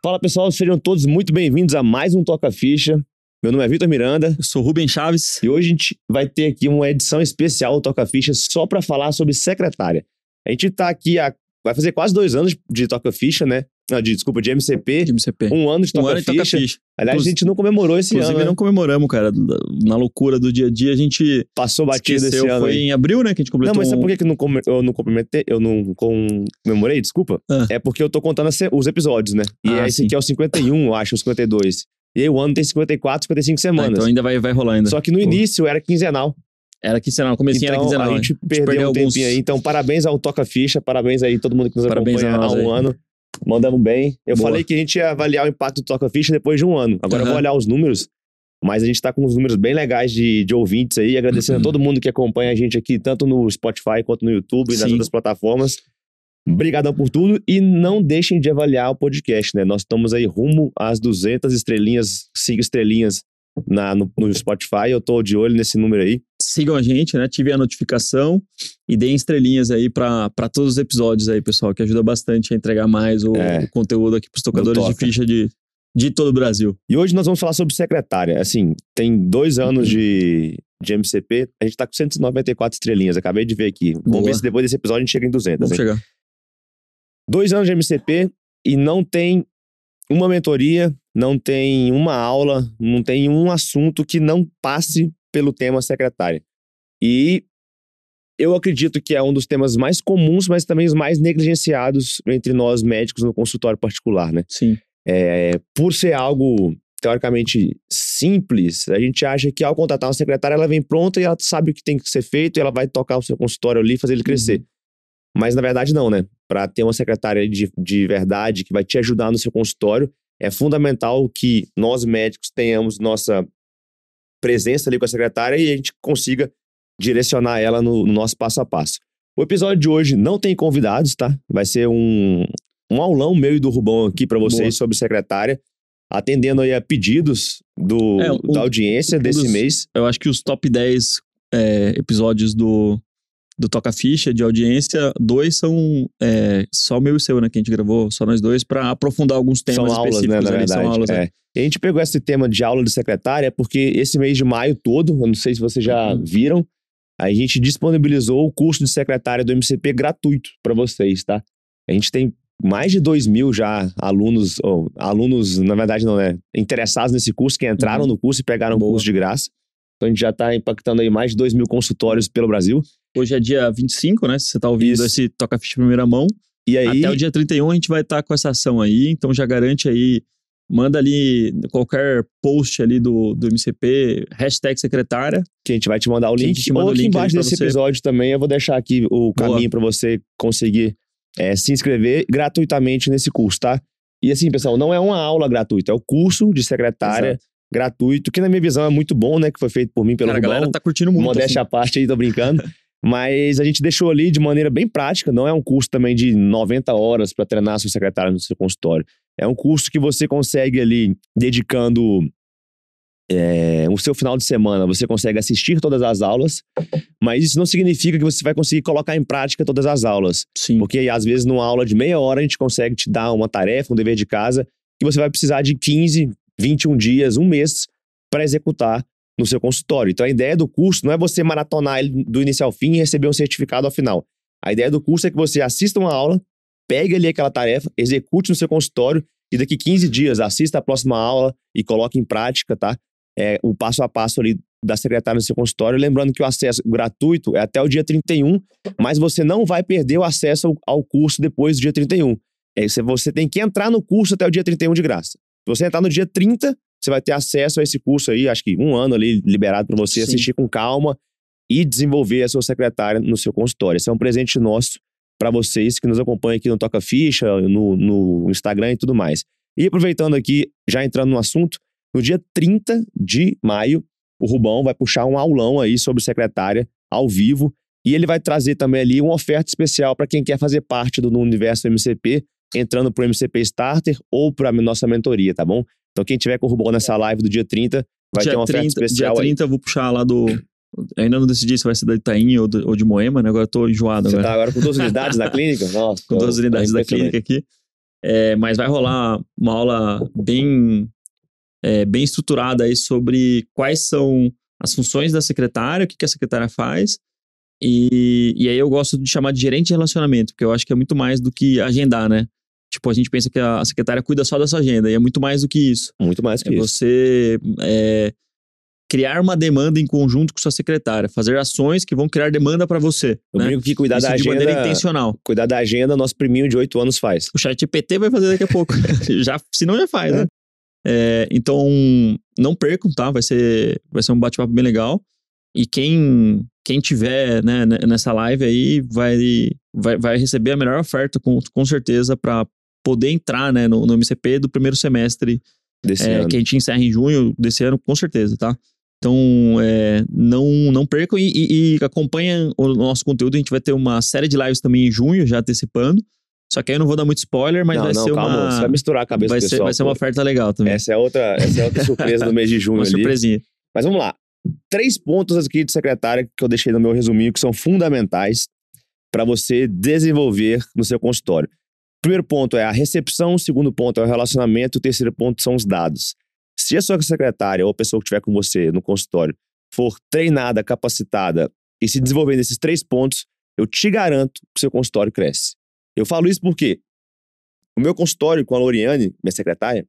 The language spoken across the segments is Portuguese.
Fala pessoal, sejam todos muito bem-vindos a mais um Toca Ficha. Meu nome é Vitor Miranda. Eu sou Rubem Chaves. E hoje a gente vai ter aqui uma edição especial do Toca Ficha só para falar sobre secretária. A gente tá aqui vai fazer quase 2 anos de Toca Ficha, né? Não, desculpa, de MCP. De MCP. 1 ano de Toca Ficha. Aliás, a gente não comemorou esse ano, né? Inclusive, não comemoramos, cara. Na loucura do dia a dia, a gente passou batido esse ano. Foi aí. Em abril, né, que a gente completou. Não, mas sabe por que eu não comemorei? Desculpa. É porque eu tô contando os episódios, né? E esse aqui é o 51, eu acho, o 52. E aí o ano tem 54, 55 semanas. Então ainda vai rolar ainda. Só que no início era quinzenal. Era quinzenal, no comecinho então, era quinzenal. A gente perdeu um tempinho aí. Então, parabéns ao Toca Ficha, parabéns aí a todo mundo que nos acompanha há um ano. Mandamos bem. Eu falei que a gente ia avaliar o impacto do Toca Ficha depois de 1 ano. Agora eu vou olhar os números, mas a gente tá com uns números bem legais de ouvintes aí. Agradecendo a todo mundo que acompanha a gente aqui, tanto no Spotify quanto no YouTube e nas outras plataformas. Obrigadão por tudo e não deixem de avaliar o podcast, né? Nós estamos aí rumo às 200 estrelinhas, 5 estrelinhas no Spotify. Eu tô de olho nesse número aí. Sigam a gente, né? Ativem a notificação e deem estrelinhas aí pra todos os episódios aí, pessoal, que ajuda bastante a entregar mais o conteúdo aqui pros tocadores de ficha de todo o Brasil. E hoje nós vamos falar sobre secretária. Assim, tem 2 anos de MCP, a gente tá com 194 estrelinhas, acabei de ver aqui. Vamos ver se depois desse episódio a gente chega em 200. Vamos chegar. 2 anos de MCP e não tem uma mentoria, não tem uma aula, não tem um assunto que não passe pelo tema secretária. E eu acredito que é um dos temas mais comuns, mas também os mais negligenciados entre nós médicos no consultório particular, né? Sim. Por ser algo teoricamente simples, a gente acha que ao contratar uma secretária, ela vem pronta e ela sabe o que tem que ser feito e ela vai tocar o seu consultório ali e fazer ele crescer. Mas na verdade não, né? Para ter uma secretária de verdade que vai te ajudar no seu consultório, é fundamental que nós médicos tenhamos nossa presença ali com a secretária e a gente consiga direcionar ela no nosso passo a passo. O episódio de hoje não tem convidados, tá? Vai ser um aulão meu e do Rubão aqui para vocês sobre secretária, atendendo aí a pedidos da audiência desse mês. Eu acho que os top 10 episódios do Toca Ficha de audiência, 2 são só o meu e seu, né? Que a gente gravou, só nós dois, pra aprofundar alguns temas específicos. São aulas, né? Na verdade. São aulas, E a gente pegou esse tema de aula de secretária porque esse mês de maio todo, eu não sei se vocês já viram, a gente disponibilizou o curso de secretária do MCP gratuito pra vocês, tá? A gente tem mais de 2.000 já alunos, na verdade não, né? Interessados nesse curso, que entraram no curso e pegaram o curso de graça. Então a gente já tá impactando aí mais de 2.000 consultórios pelo Brasil. Hoje é dia 25, né? Se você tá ouvindo esse Toca Ficha primeira mão. E aí, até o dia 31 a gente vai estar com essa ação aí. Então já garante aí, manda ali qualquer post ali do MCP, #secretária. Que a gente vai te mandar o link. Ou aqui embaixo desse episódio também, eu vou deixar aqui o caminho para você conseguir se inscrever gratuitamente nesse curso, tá? E assim, pessoal, não é uma aula gratuita, é o curso de secretária gratuito, que na minha visão é muito bom, né? Que foi feito por mim, pelo Rubão. A galera tá curtindo muito. Modéstia à parte aí, tô brincando. Mas a gente deixou ali de maneira bem prática, não é um curso também de 90 horas para treinar seu secretário no seu consultório. É um curso que você consegue ali, dedicando o seu final de semana, você consegue assistir todas as aulas, mas isso não significa que você vai conseguir colocar em prática todas as aulas. Sim. Porque às vezes numa aula de meia hora a gente consegue te dar uma tarefa, um dever de casa, que você vai precisar de 15, 21 dias, 1 mês para executar no seu consultório. Então a ideia do curso não é você maratonar ele do início ao fim e receber um certificado ao final. A ideia do curso é que você assista uma aula, pegue ali aquela tarefa, execute no seu consultório e daqui 15 dias assista a próxima aula e coloque em prática, tá? O passo a passo ali da secretária no seu consultório. Lembrando que o acesso gratuito é até o dia 31, mas você não vai perder o acesso ao curso depois do dia 31. Você tem que entrar no curso até o dia 31 de graça. Se você entrar no dia 30, você vai ter acesso a esse curso aí, acho que 1 ano ali liberado para você assistir com calma e desenvolver a sua secretária no seu consultório. Esse é um presente nosso para vocês que nos acompanham aqui no Toca Ficha, no Instagram e tudo mais. E aproveitando aqui, já entrando no assunto, no dia 30 de maio, o Rubão vai puxar um aulão aí sobre secretária ao vivo e ele vai trazer também ali uma oferta especial para quem quer fazer parte do universo MCP, entrando pro MCP Starter ou para nossa mentoria, tá bom? Então quem tiver com o Rubão nessa live do dia 30, vai ter uma oferta especial. Dia 30 eu vou puxar lá do... Eu ainda não decidi se vai ser da Itaim ou de Moema, né? Agora eu tô enjoado. Você tá agora com 2 unidades da clínica? Nossa, com 2 unidades da clínica aqui. Mas vai rolar uma aula bem estruturada aí sobre quais são as funções da secretária, o que a secretária faz. E aí eu gosto de chamar de gerente de relacionamento, porque eu acho que é muito mais do que agendar, né? Tipo, a gente pensa que a secretária cuida só dessa agenda, e é muito mais do que isso. Muito mais que isso. Você criar uma demanda em conjunto com sua secretária, fazer ações que vão criar demanda para você. Eu brinco que cuidar da agenda de maneira intencional. Cuidar da agenda, nosso priminho de 8 anos faz. O ChatGPT vai fazer daqui a pouco. Se não, já faz, né? Então, não percam, tá? Vai ser um bate-papo bem legal. E quem tiver, né, nessa live aí vai receber a melhor oferta, com certeza, para poder entrar, né, no MCP do primeiro semestre desse ano. Que a gente encerra em junho desse ano, com certeza, tá? Então, não percam e acompanhem o nosso conteúdo. A gente vai ter uma série de lives também em junho, já antecipando. Só que aí eu não vou dar muito spoiler, mas calma, você vai misturar a cabeça do pessoal. Vai ser uma oferta legal também. Essa é outra surpresa do mês de junho. Uma surpresinha. Mas vamos lá. 3 pontos aqui de secretária que eu deixei no meu resuminho, que são fundamentais para você desenvolver no seu consultório. O primeiro ponto é a recepção, o segundo ponto é o relacionamento, e o terceiro ponto são os dados. Se a sua secretária ou a pessoa que estiver com você no consultório for treinada, capacitada e se desenvolver nesses 3 pontos, eu te garanto que o seu consultório cresce. Eu falo isso porque o meu consultório com a Loriane, minha secretária,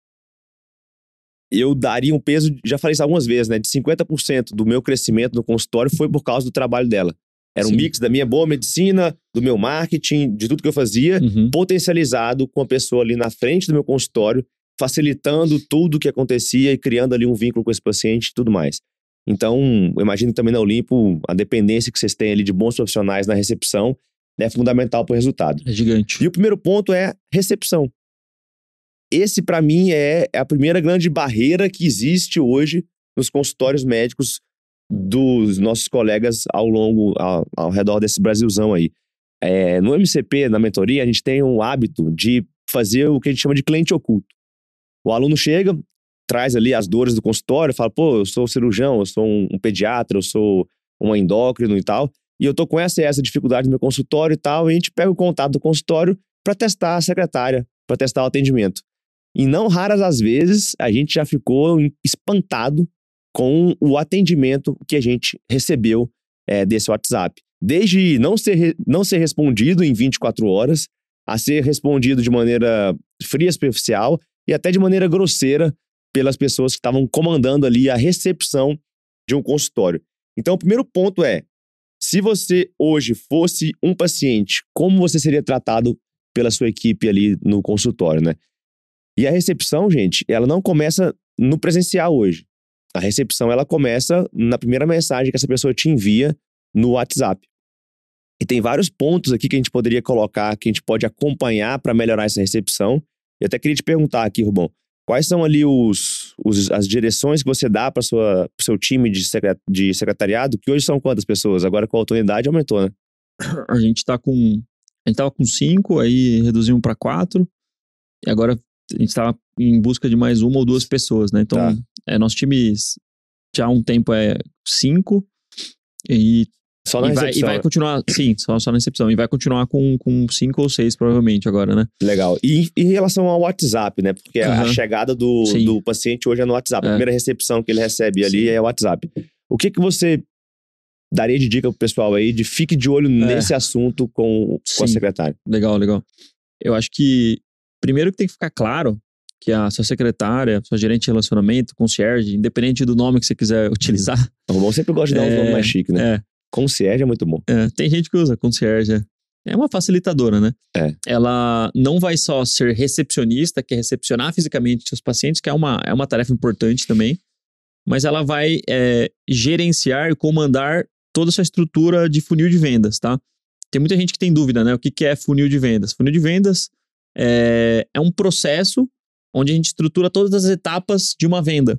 eu daria um peso, já falei isso algumas vezes, né? De 50% do meu crescimento no consultório foi por causa do trabalho dela. Era um mix da minha boa medicina, do meu marketing, de tudo que eu fazia, potencializado com a pessoa ali na frente do meu consultório, facilitando tudo o que acontecia e criando ali um vínculo com esse paciente e tudo mais. Então, eu imagino que também na Olimpo, a dependência que vocês têm ali de bons profissionais na recepção é fundamental para o resultado. É gigante. E o primeiro ponto é recepção. Esse, para mim, é a primeira grande barreira que existe hoje nos consultórios médicos dos nossos colegas ao redor desse Brasilzão aí. No MCP, na mentoria, a gente tem um hábito de fazer o que a gente chama de cliente oculto. O aluno chega, traz ali as dores do consultório, fala, pô, eu sou cirurgião, eu sou um pediatra, eu sou um endócrino e tal, e eu tô com essa dificuldade no meu consultório e tal, e a gente pega o contato do consultório para testar a secretária, para testar o atendimento. E não raras as vezes, a gente já ficou espantado com o atendimento que a gente recebeu desse WhatsApp. Desde não ser respondido em 24 horas, a ser respondido de maneira fria, superficial e até de maneira grosseira pelas pessoas que estavam comandando ali a recepção de um consultório. Então, o primeiro ponto é, se você hoje fosse um paciente, como você seria tratado pela sua equipe ali no consultório, né? E a recepção, gente, ela não começa no presencial hoje. A recepção, ela começa na primeira mensagem que essa pessoa te envia no WhatsApp. E tem vários pontos aqui que a gente poderia colocar, que a gente pode acompanhar para melhorar essa recepção. Eu até queria te perguntar aqui, Rubão, quais são ali as direções que você dá para o seu time de secretariado, que hoje são quantas pessoas? Agora com a autoridade aumentou, né? A gente tava com 5, aí reduzimos para 4, e agora a gente estava em busca de mais 1 ou 2 pessoas, né? Então, nosso time já há um tempo é 5 e vai continuar, sim, só na recepção. E vai continuar com 5 ou 6 provavelmente agora, né? Legal. E em relação ao WhatsApp, né? Porque a chegada do paciente hoje é no WhatsApp. A primeira recepção que ele recebe ali é o WhatsApp. O que você daria de dica pro pessoal aí de fique de olho nesse assunto com a secretária? Legal. Eu acho que primeiro que tem que ficar claro que a sua secretária, sua gerente de relacionamento, concierge, independente do nome que você quiser utilizar. O Romão sempre gosta de dar um nome mais chique, né? Concierge é muito bom. Tem gente que usa concierge. É uma facilitadora, né? Ela não vai só ser recepcionista, que é recepcionar fisicamente seus pacientes, que é uma tarefa importante também, mas ela vai gerenciar e comandar toda essa estrutura de funil de vendas, tá? Tem muita gente que tem dúvida, né? O que é funil de vendas? Funil de vendas é um processo onde a gente estrutura todas as etapas de uma venda.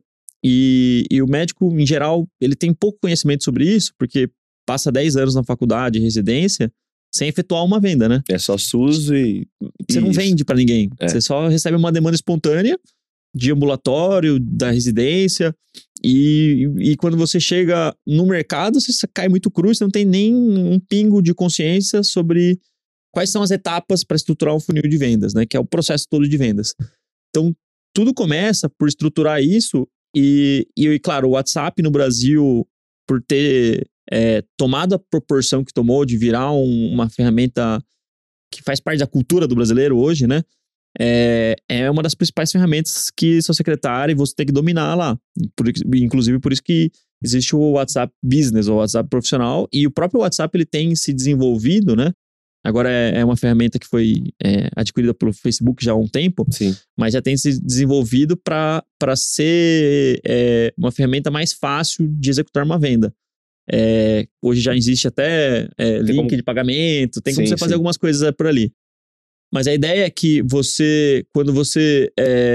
E o médico, em geral, ele tem pouco conhecimento sobre isso, porque passa 10 anos na faculdade, residência, sem efetuar uma venda, né? É só SUS e... Você não vende pra ninguém. Você só recebe uma demanda espontânea de ambulatório, da residência, e quando você chega no mercado, você cai muito cru, você não tem nem um pingo de consciência sobre quais são as etapas para estruturar um funil de vendas, né? Que é o processo todo de vendas. Então, tudo começa por estruturar isso e claro, o WhatsApp no Brasil, por ter tomado a proporção que tomou de virar uma ferramenta que faz parte da cultura do brasileiro hoje, né? É uma das principais ferramentas que sua secretária e você tem que dominar lá. Inclusive por isso que existe o WhatsApp Business, ou WhatsApp Profissional, e o próprio WhatsApp ele tem se desenvolvido, né? Agora é uma ferramenta que foi adquirida pelo Facebook já há um tempo, Sim. mas já tem se desenvolvido para ser uma ferramenta mais fácil de executar uma venda. Hoje já existe até link de pagamento, tem como você fazer algumas coisas por ali. Mas a ideia é que quando você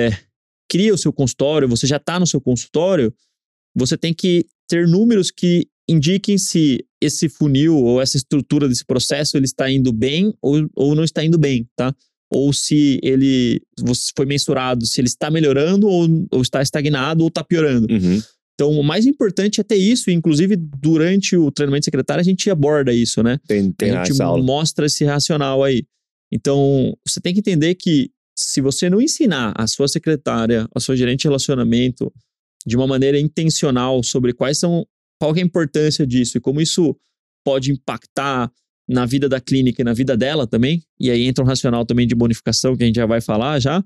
cria o seu consultório, você já está no seu consultório, você tem que ter números que indiquem se esse funil ou essa estrutura desse processo ele está indo bem ou não está indo bem, tá? Ou se você foi mensurado, se ele está melhorando ou está estagnado ou está piorando. Uhum. Então, o mais importante é ter isso, inclusive durante o treinamento secretário a gente aborda isso, né? A gente mostra esse racional aí. Então, você tem que entender que se você não ensinar a sua secretária, a sua gerente de relacionamento de uma maneira intencional sobre qual é a importância disso e como isso pode impactar na vida da clínica e na vida dela também, e aí entra um racional também de bonificação que a gente já vai falar já,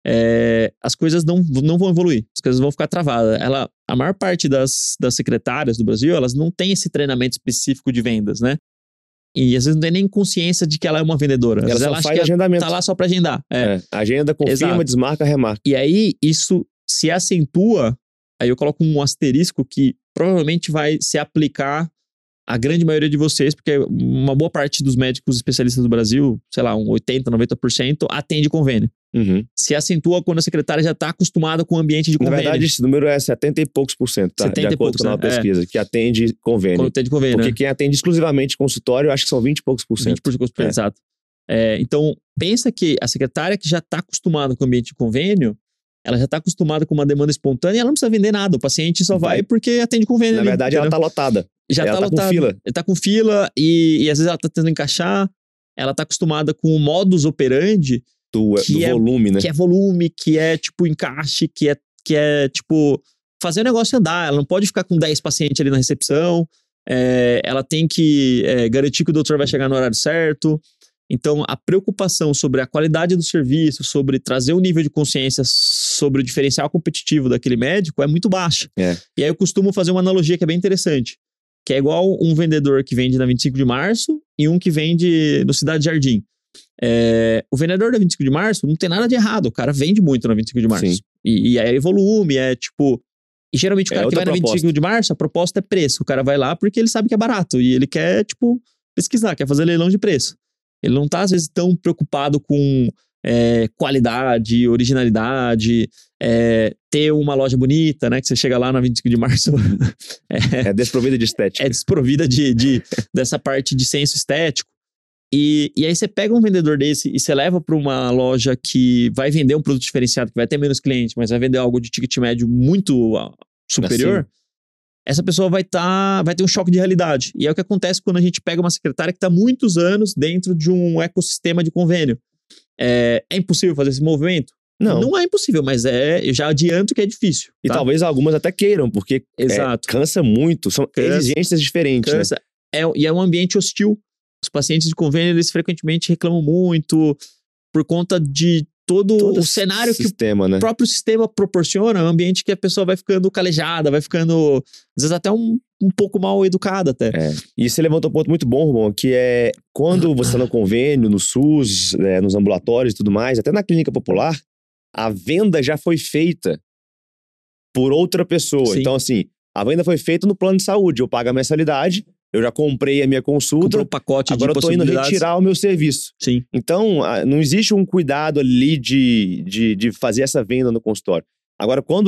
as coisas não vão evoluir, as coisas vão ficar travadas. A maior parte das secretárias do Brasil, elas não têm esse treinamento específico de vendas, né? E às vezes não tem nem consciência de que ela é uma vendedora. Ela só faz agendamento. Tá lá só para agendar. Agenda, confirma, desmarca, remarca. E aí, isso se acentua, aí eu coloco um asterisco que provavelmente vai se aplicar à grande maioria de vocês, porque uma boa parte dos médicos especialistas do Brasil, sei lá, 80%, 90%, atende convênio. Uhum. Se acentua quando a secretária já está acostumada com o ambiente de convênio. Na verdade, esse número é 70 e poucos por cento, tá? De acordo com a nova pesquisa, que atende convênio. Quando atende convênio, porque quem atende exclusivamente consultório, acho que são 20 e poucos por cento. 20 por cento, exato. Então, pensa que a secretária que já está acostumada com o ambiente de convênio, ela já está acostumada com uma demanda espontânea e ela não precisa vender nada. O paciente só vai porque atende convênio. Na verdade, ela está lotada. Já ela tá lotada. Com fila. Ela está com fila e às vezes ela está tentando encaixar. Ela está acostumada com o modus operandi do volume, né? Que é volume, que é tipo encaixe, que é tipo fazer o negócio andar. Ela não pode ficar com 10 pacientes ali na recepção. Ela tem que garantir que o doutor vai chegar no horário certo. Então, a preocupação sobre a qualidade do serviço, sobre trazer um nível de consciência sobre o diferencial competitivo daquele médico é muito baixa. E aí eu costumo fazer uma analogia que é bem interessante, que é igual um vendedor que vende na 25 de março e um que vende no Cidade Jardim. O vendedor da 25 de março não tem nada de errado, o cara vende muito na 25 de março. E aí volume, E geralmente o cara que vai na 25 de março, a proposta é preço. O cara vai lá porque ele sabe que é barato e ele quer, pesquisar, quer fazer leilão de preço. Ele não tá, às vezes, tão preocupado com qualidade, originalidade, ter uma loja bonita, né? Que você chega lá na 25 de março... É desprovida de estética. É desprovida dessa parte de senso estético. E aí você pega um vendedor desse e você leva para uma loja que vai vender um produto diferenciado, que vai ter menos clientes, mas vai vender algo de ticket médio muito superior... Assim. Essa pessoa vai ter um choque de realidade. E é o que acontece quando a gente pega uma secretária que está há muitos anos dentro de um ecossistema de convênio. É impossível fazer esse movimento? Não é impossível, mas eu já adianto que é difícil. Tá? E talvez algumas até queiram, porque cansa muito, são exigências diferentes. Cansa. Né? E é um ambiente hostil. Os pacientes de convênio, eles frequentemente reclamam muito por conta de todo o cenário sistema, que né? O próprio sistema proporciona, um ambiente que a pessoa vai ficando calejada, vai ficando, às vezes até um pouco mal educada até. E você levantou um ponto muito bom, Romão, que é quando você está no convênio, no SUS, nos ambulatórios e tudo mais, até na clínica popular, a venda já foi feita por outra pessoa. Sim. Então, assim, a venda foi feita no plano de saúde, eu pago a mensalidade, eu já comprei a minha consulta, comprou um pacote agora eu tô indo retirar o meu serviço. Sim. Então, não existe um cuidado ali de fazer essa venda no consultório. Agora, quando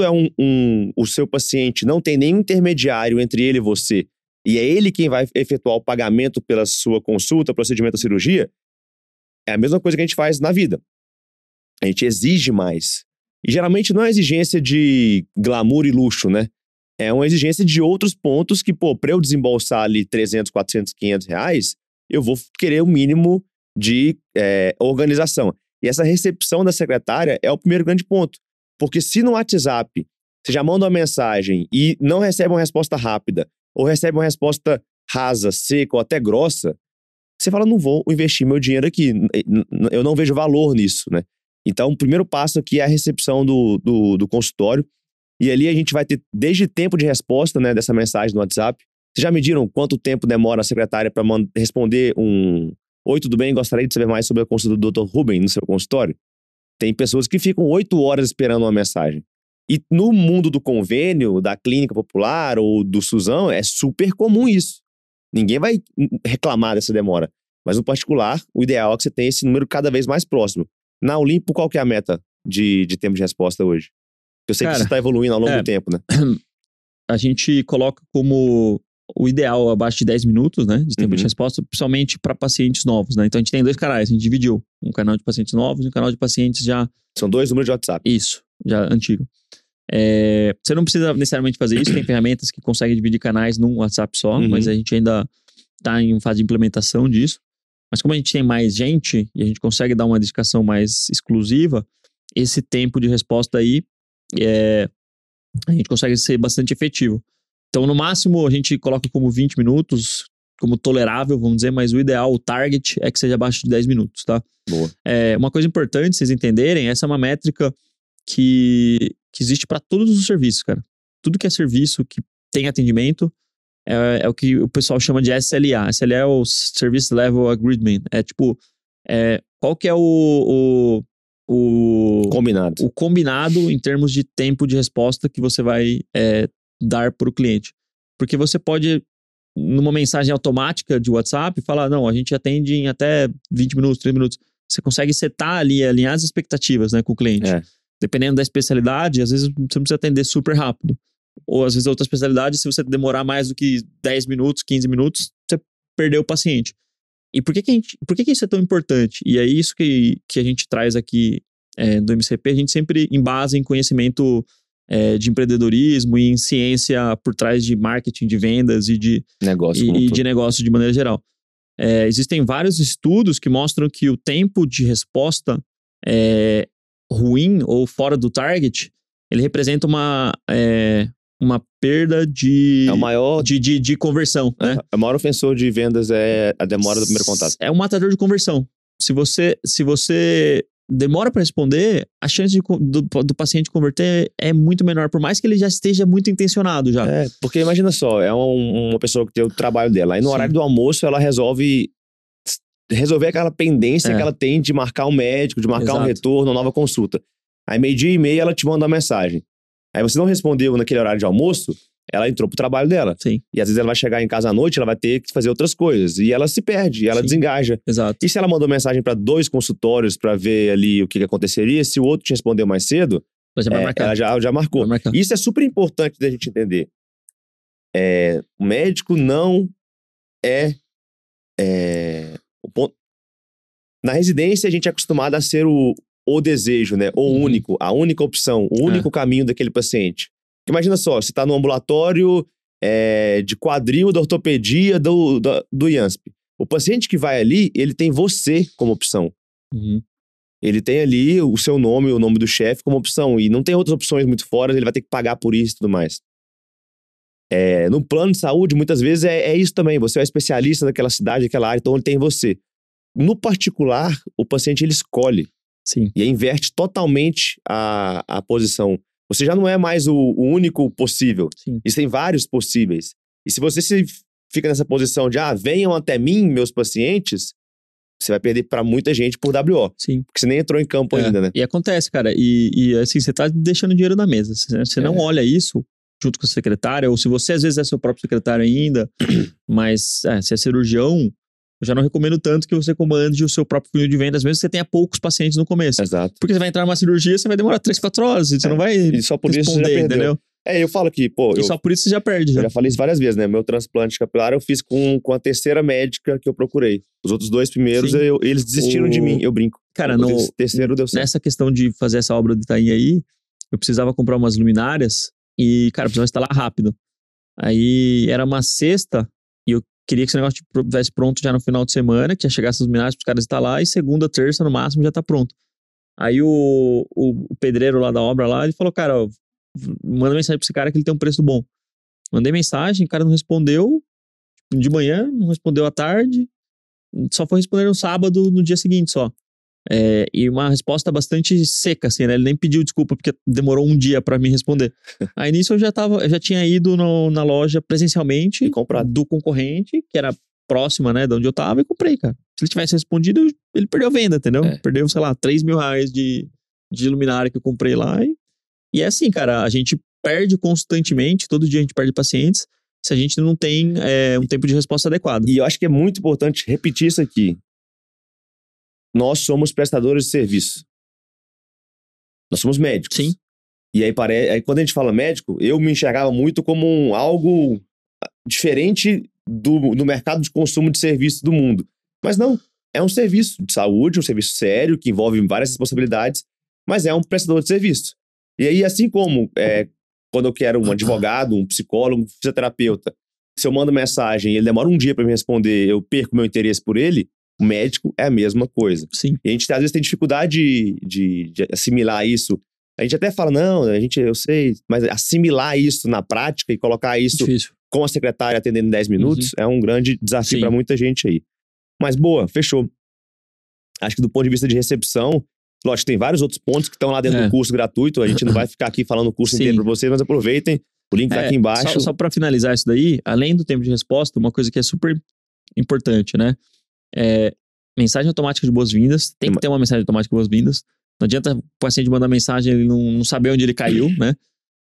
o seu paciente não tem nenhum intermediário entre ele e você, e é ele quem vai efetuar o pagamento pela sua consulta, procedimento da cirurgia, é a mesma coisa que a gente faz na vida. A gente exige mais. E geralmente não é exigência de glamour e luxo, né? É uma exigência de outros pontos que, para eu desembolsar ali 300, 400, 500 reais, eu vou querer o mínimo de organização. E essa recepção da secretária é o primeiro grande ponto. Porque se no WhatsApp você já manda uma mensagem e não recebe uma resposta rápida, ou recebe uma resposta rasa, seca ou até grossa, você fala, não vou investir meu dinheiro aqui, eu não vejo valor nisso, né? Então, o primeiro passo aqui é a recepção do consultório, e ali a gente vai ter desde tempo de resposta, né, dessa mensagem no WhatsApp. Vocês já mediram quanto tempo demora a secretária para responder Oi, tudo bem? Gostaria de saber mais sobre a consulta do Dr. Ruben no seu consultório? Tem pessoas que ficam 8 horas esperando uma mensagem. E no mundo do convênio, da clínica popular ou do SUSão, é super comum isso. Ninguém vai reclamar dessa demora. Mas no particular, o ideal é que você tenha esse número cada vez mais próximo. Na Olimpo, qual que é a meta de tempo de resposta hoje? Eu sei que você está evoluindo ao longo do tempo, né? A gente coloca como o ideal abaixo de 10 minutos, né? De tempo de resposta, principalmente para pacientes novos, né? Então a gente tem 2 canais, a gente dividiu. Um canal de pacientes novos e um canal de pacientes já... São 2 números de WhatsApp. Isso, já antigo. Você não precisa necessariamente fazer isso, tem ferramentas que conseguem dividir canais num WhatsApp só, mas a gente ainda está em fase de implementação disso. Mas como a gente tem mais gente e a gente consegue dar uma dedicação mais exclusiva, esse tempo de resposta aí, a gente consegue ser bastante efetivo. Então, no máximo, a gente coloca como 20 minutos, como tolerável, vamos dizer, mas o ideal, o target, é que seja abaixo de 10 minutos, tá? Boa. Uma coisa importante vocês entenderem, essa é uma métrica que existe para todos os serviços, cara. Tudo que é serviço que tem atendimento é o que o pessoal chama de SLA. SLA é o Service Level Agreement. Qual que é o combinado. O combinado em termos de tempo de resposta que você vai dar para o cliente. Porque você pode, numa mensagem automática de WhatsApp, falar, não, a gente atende em até 20 minutos, 30 minutos. Você consegue setar ali, alinhar as expectativas, né, com o cliente. Dependendo da especialidade, às vezes você não precisa atender super rápido. Ou às vezes outra especialidade, se você demorar mais do que 10 minutos, 15 minutos, você perdeu o paciente. E por que isso é tão importante? E é isso que a gente traz aqui do MCP, a gente sempre embasa em conhecimento de empreendedorismo e em ciência por trás de marketing, de vendas e de negócio de maneira geral. Existem vários estudos que mostram que o tempo de resposta ruim ou fora do target, ele representa uma perda de conversão. Né? O maior ofensor de vendas é a demora do primeiro contato. É um matador de conversão. Se você demora para responder, a chance do paciente converter é muito menor, por mais que ele já esteja muito intencionado já. Porque imagina só, é uma pessoa que tem o trabalho dela, aí no horário do almoço ela resolver aquela pendência que ela tem de marcar um médico, de marcar um retorno, uma nova consulta. Aí 12:30 ela te manda uma mensagem. Aí você não respondeu naquele horário de almoço, ela entrou pro trabalho dela. Sim. E às vezes ela vai chegar em casa à noite, ela vai ter que fazer outras coisas. E ela se perde, ela desengaja. Exato. E se ela mandou mensagem para 2 consultórios para ver ali o que aconteceria, se o outro te respondeu mais cedo, ela já marcou. Isso é super importante da gente entender. O médico não o ponto. Na residência, a gente é acostumado a ser o desejo, né? O único, a única opção, o único caminho daquele paciente. Porque imagina só, você tá no ambulatório de quadril da ortopedia do IANSP. O paciente que vai ali, ele tem você como opção. Ele tem ali o seu nome, o nome do chefe como opção. E não tem outras opções muito fora, ele vai ter que pagar por isso e tudo mais. No plano de saúde, muitas vezes é isso também. Você é o especialista daquela cidade, daquela área, então ele tem você. No particular, o paciente ele escolhe. Sim. E aí inverte totalmente a posição. Você já não é mais o único possível. Sim. Existem vários possíveis. E se você fica nessa posição de venham até mim, meus pacientes, você vai perder pra muita gente por WO. Sim. Porque você nem entrou em campo ainda, né? E acontece, cara. E assim, você tá deixando dinheiro na mesa. Você não olha isso junto com a secretária, ou se você às vezes é seu próprio secretário ainda, mas se é cirurgião, eu já não recomendo tanto que você comande o seu próprio funil de vendas, mesmo que você tenha poucos pacientes no começo. Exato. Porque você vai entrar numa cirurgia, você vai demorar 3, 4 horas, e você não vai e só por responder, isso você já perdeu. Entendeu? Eu falo que, só por isso você já perde. Eu já falei isso várias vezes, né? Meu transplante capilar eu fiz com a terceira médica que eu procurei. Os outros 2 primeiros, eles desistiram de mim, eu brinco. Cara, terceiro deu certo. Nessa questão de fazer essa obra de Itaim aí, eu precisava comprar umas luminárias e, cara, precisava instalar rápido. Aí era uma sexta e eu queria que esse negócio estivesse pronto já no final de semana, que já chegasse as luminárias para os caras instalar, e segunda, terça, no máximo, já tá pronto. Aí o pedreiro lá da obra lá, ele falou, cara, ó, manda mensagem pra esse cara que ele tem um preço bom. Mandei mensagem, o cara não respondeu de manhã, não respondeu à tarde, só foi responder no sábado, no dia seguinte só. E uma resposta bastante seca, assim, né? Ele nem pediu desculpa porque demorou um dia pra me responder. Aí nisso eu já tinha ido na loja presencialmente do concorrente, que era próxima, né, de onde eu tava, e comprei, cara. Se ele tivesse respondido, ele perdeu a venda, entendeu? Perdeu, sei lá, 3 mil reais de luminária que eu comprei lá. E é assim, cara, a gente perde constantemente, todo dia a gente perde pacientes, se a gente não tem um tempo de resposta adequado. E eu acho que é muito importante repetir isso aqui. Nós somos prestadores de serviço. Nós somos médicos. Sim. E aí, quando a gente fala médico, eu me enxergava muito como algo diferente do mercado de consumo de serviço do mundo. Mas não, é um serviço de saúde, um serviço sério, que envolve várias responsabilidades, mas é um prestador de serviço. E aí, assim como quando eu quero um advogado, um psicólogo, um fisioterapeuta, se eu mando mensagem e ele demora um dia para me responder, eu perco meu interesse por ele, o médico é a mesma coisa. Sim. E a gente às vezes tem dificuldade de assimilar isso. A gente até fala, não, eu sei, mas assimilar isso na prática e colocar isso difícil. Com a secretária atendendo em 10 minutos é um grande desafio para muita gente aí. Mas boa, fechou. Acho que do ponto de vista de recepção, lógico, tem vários outros pontos que estão lá dentro do curso gratuito. A gente não vai ficar aqui falando o curso inteiro para vocês, mas aproveitem. O link tá aqui embaixo. Só para finalizar isso daí, além do tempo de resposta, uma coisa que é super importante, né? Mensagem automática de boas-vindas. Tem que ter uma mensagem automática de boas-vindas. Não adianta o paciente mandar mensagem e ele não saber onde ele caiu, né?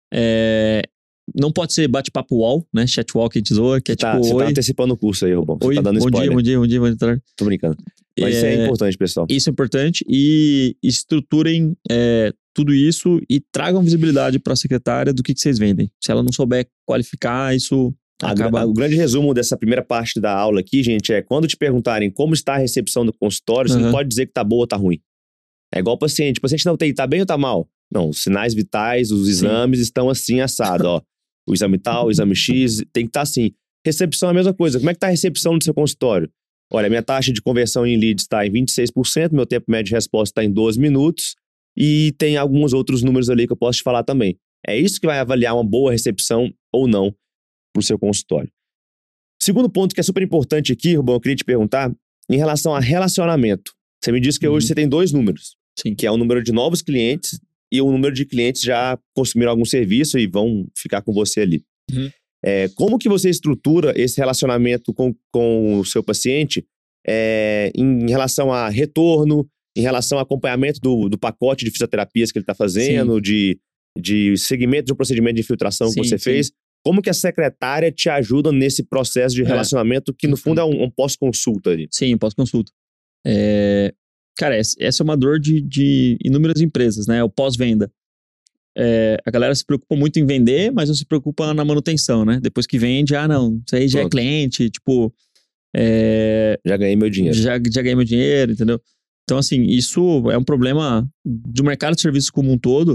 Não pode ser bate-papo wall, né? Chat wall que a gente zoa, que é tipo... Você tá antecipando o curso aí, Rubão. Você tá dando spoiler. Bom dia. Tô brincando. Mas isso é importante, pessoal. Isso é importante. E estruturem tudo isso e tragam visibilidade para a secretária do que vocês vendem. Se ela não souber qualificar, isso acaba... O grande resumo dessa primeira parte da aula aqui, gente, é quando te perguntarem como está a recepção do consultório, você não pode dizer que tá boa ou tá ruim. É igual o paciente. O paciente não tem, tá bem ou tá mal? Não, os sinais vitais, os exames estão assim, assado, ó. O exame tal, o exame X, tem que estar assim. Recepção é a mesma coisa. Como é que tá a recepção do seu consultório? Olha, minha taxa de conversão em leads está em 26%, meu tempo médio de resposta está em 12 minutos e tem alguns outros números ali que eu posso te falar também. É isso que vai avaliar uma boa recepção ou não para o seu consultório. Segundo ponto que é super importante aqui, Rubão, eu queria te perguntar, em relação a relacionamento. Você me disse que hoje você tem 2 números. Sim. Que é o número de novos clientes e o número de clientes já consumiram algum serviço e vão ficar com você ali. Como que você estrutura esse relacionamento com o seu paciente em relação a retorno, em relação ao acompanhamento do pacote de fisioterapias que ele está fazendo, de segmento de um procedimento de infiltração que você fez? Como que a secretária te ajuda nesse processo de relacionamento que no fundo é um pós-consulta ali? Sim, pós-consulta. Cara, essa é uma dor de inúmeras empresas, né? O pós-venda. A galera se preocupa muito em vender, mas não se preocupa na manutenção, né? Depois que vende, não, isso aí já é cliente, tipo... já ganhei meu dinheiro. Já ganhei meu dinheiro, entendeu? Então, assim, isso é um problema do mercado de serviços como um todo.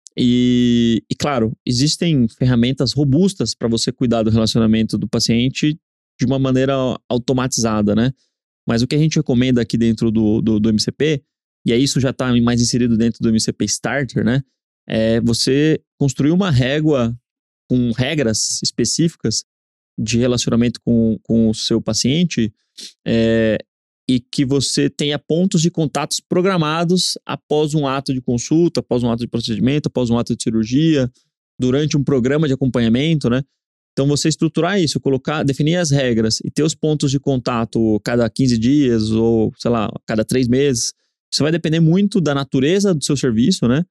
E claro, existem ferramentas robustas para você cuidar do relacionamento do paciente de uma maneira automatizada, né? Mas o que a gente recomenda aqui dentro do MCP, e aí isso já está mais inserido dentro do MCP Starter, né? É você construir uma régua com regras específicas de relacionamento com o seu paciente e que você tenha pontos de contatos programados após um ato de consulta, após um ato de procedimento, após um ato de cirurgia, durante um programa de acompanhamento, né? Então, você estruturar isso, definir as regras e ter os pontos de contato cada 15 dias ou, sei lá, cada 3 meses. Isso vai depender muito da natureza do seu serviço, né?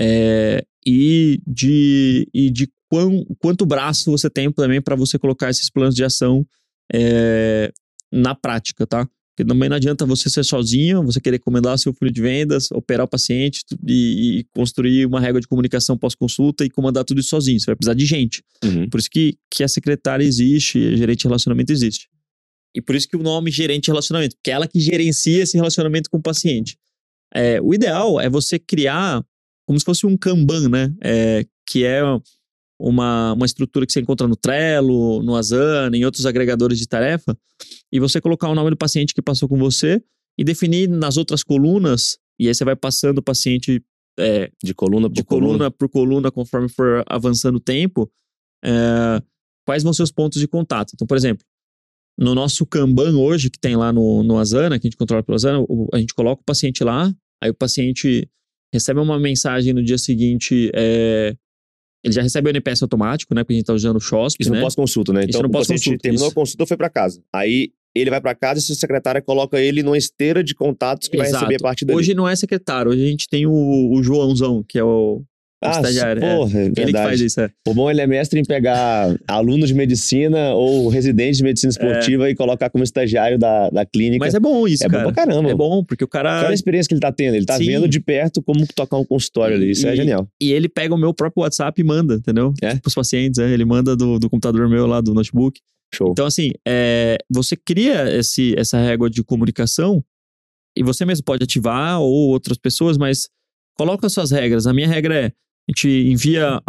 E de quanto braço você tem também para você colocar esses planos de ação na prática, tá? Porque também não adianta você ser sozinho, você querer comandar seu funil de vendas, operar o paciente e construir uma régua de comunicação pós-consulta e comandar tudo isso sozinho. Você vai precisar de gente. Por isso que a secretária existe, a gerente de relacionamento existe. E por isso que o nome gerente de relacionamento, porque é ela que gerencia esse relacionamento com o paciente. O ideal é você criar como se fosse um Kanban, né? Que é uma estrutura que você encontra no Trello, no Asana, em outros agregadores de tarefa, e você colocar o nome do paciente que passou com você e definir nas outras colunas, e aí você vai passando o paciente de coluna por coluna, conforme for avançando o tempo, quais vão ser os pontos de contato. Então, por exemplo, no nosso Kanban hoje, que tem lá no Asana, que a gente controla pelo Asana, a gente coloca o paciente lá, aí o paciente recebe uma mensagem no dia seguinte, ele já recebe o NPS automático, né? Porque a gente tá usando o XOSP, Isso né? no pós-consulta, né? Então, o paciente terminou a consulta, foi para casa. Aí, ele vai para casa e sua secretária coloca ele numa esteira de contatos que vai receber a partir dali. Hoje não é secretário, hoje a gente tem o Joãozão, que é o estagiário. Porra, ele que faz isso, O bom, ele é mestre em pegar aluno de medicina ou residente de medicina esportiva e colocar como estagiário da clínica. Mas é bom isso, cara. É bom pra caramba. É bom, porque o cara... Olha a experiência que ele tá tendo. Ele tá vendo de perto como tocar um consultório ali. Isso é genial. E ele pega o meu próprio WhatsApp e manda, entendeu? Pros pacientes, ele manda do computador meu lá, do notebook. Show. Então, assim, você cria essa régua de comunicação e você mesmo pode ativar ou outras pessoas, mas coloca as suas regras. A minha regra é: a gente envia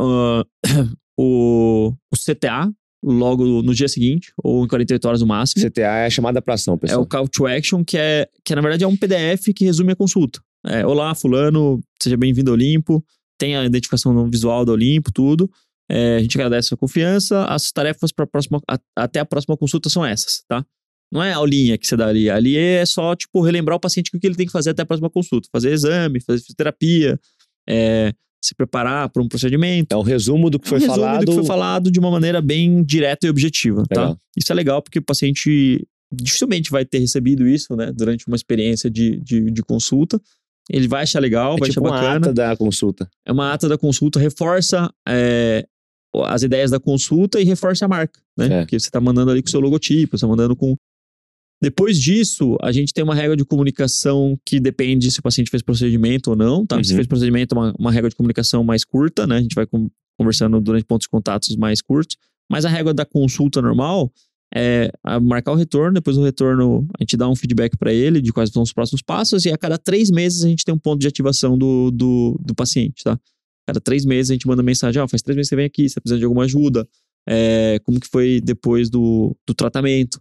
o CTA logo no dia seguinte, ou em 48 horas no máximo. CTA é a chamada pra ação, pessoal. É o Call to Action, que na verdade é um PDF que resume a consulta. Olá, fulano, seja bem-vindo ao Olimpo. Tem a identificação visual do Olimpo, tudo. A gente agradece a sua confiança. As tarefas até a próxima consulta são essas, tá? Não é a aulinha que você dá ali. Ali é só, tipo, relembrar o paciente o que ele tem que fazer até a próxima consulta. Fazer exame, fazer fisioterapia, se preparar para um procedimento. É um resumo do que foi falado. Do que foi falado de uma maneira bem direta e objetiva, legal. Tá? Isso é legal porque o paciente dificilmente vai ter recebido isso, né? Durante uma experiência de consulta. Ele vai achar legal, vai achar bacana. É uma ata da consulta. É uma ata da consulta, reforça as ideias da consulta e reforça a marca, né? Porque você está mandando ali com o seu logotipo, você está mandando com... Depois disso, a gente tem uma regra de comunicação que depende se o paciente fez procedimento ou não, tá? Se fez procedimento, uma regra de comunicação mais curta, né? A gente vai conversando durante pontos de contatos mais curtos. Mas a regra da consulta normal é marcar o retorno, depois do retorno a gente dá um feedback para ele de quais são os próximos passos e a cada 3 meses a gente tem um ponto de ativação do paciente, tá? A cada 3 meses a gente manda mensagem, faz 3 meses que você vem aqui, você precisa de alguma ajuda, como que foi depois do tratamento.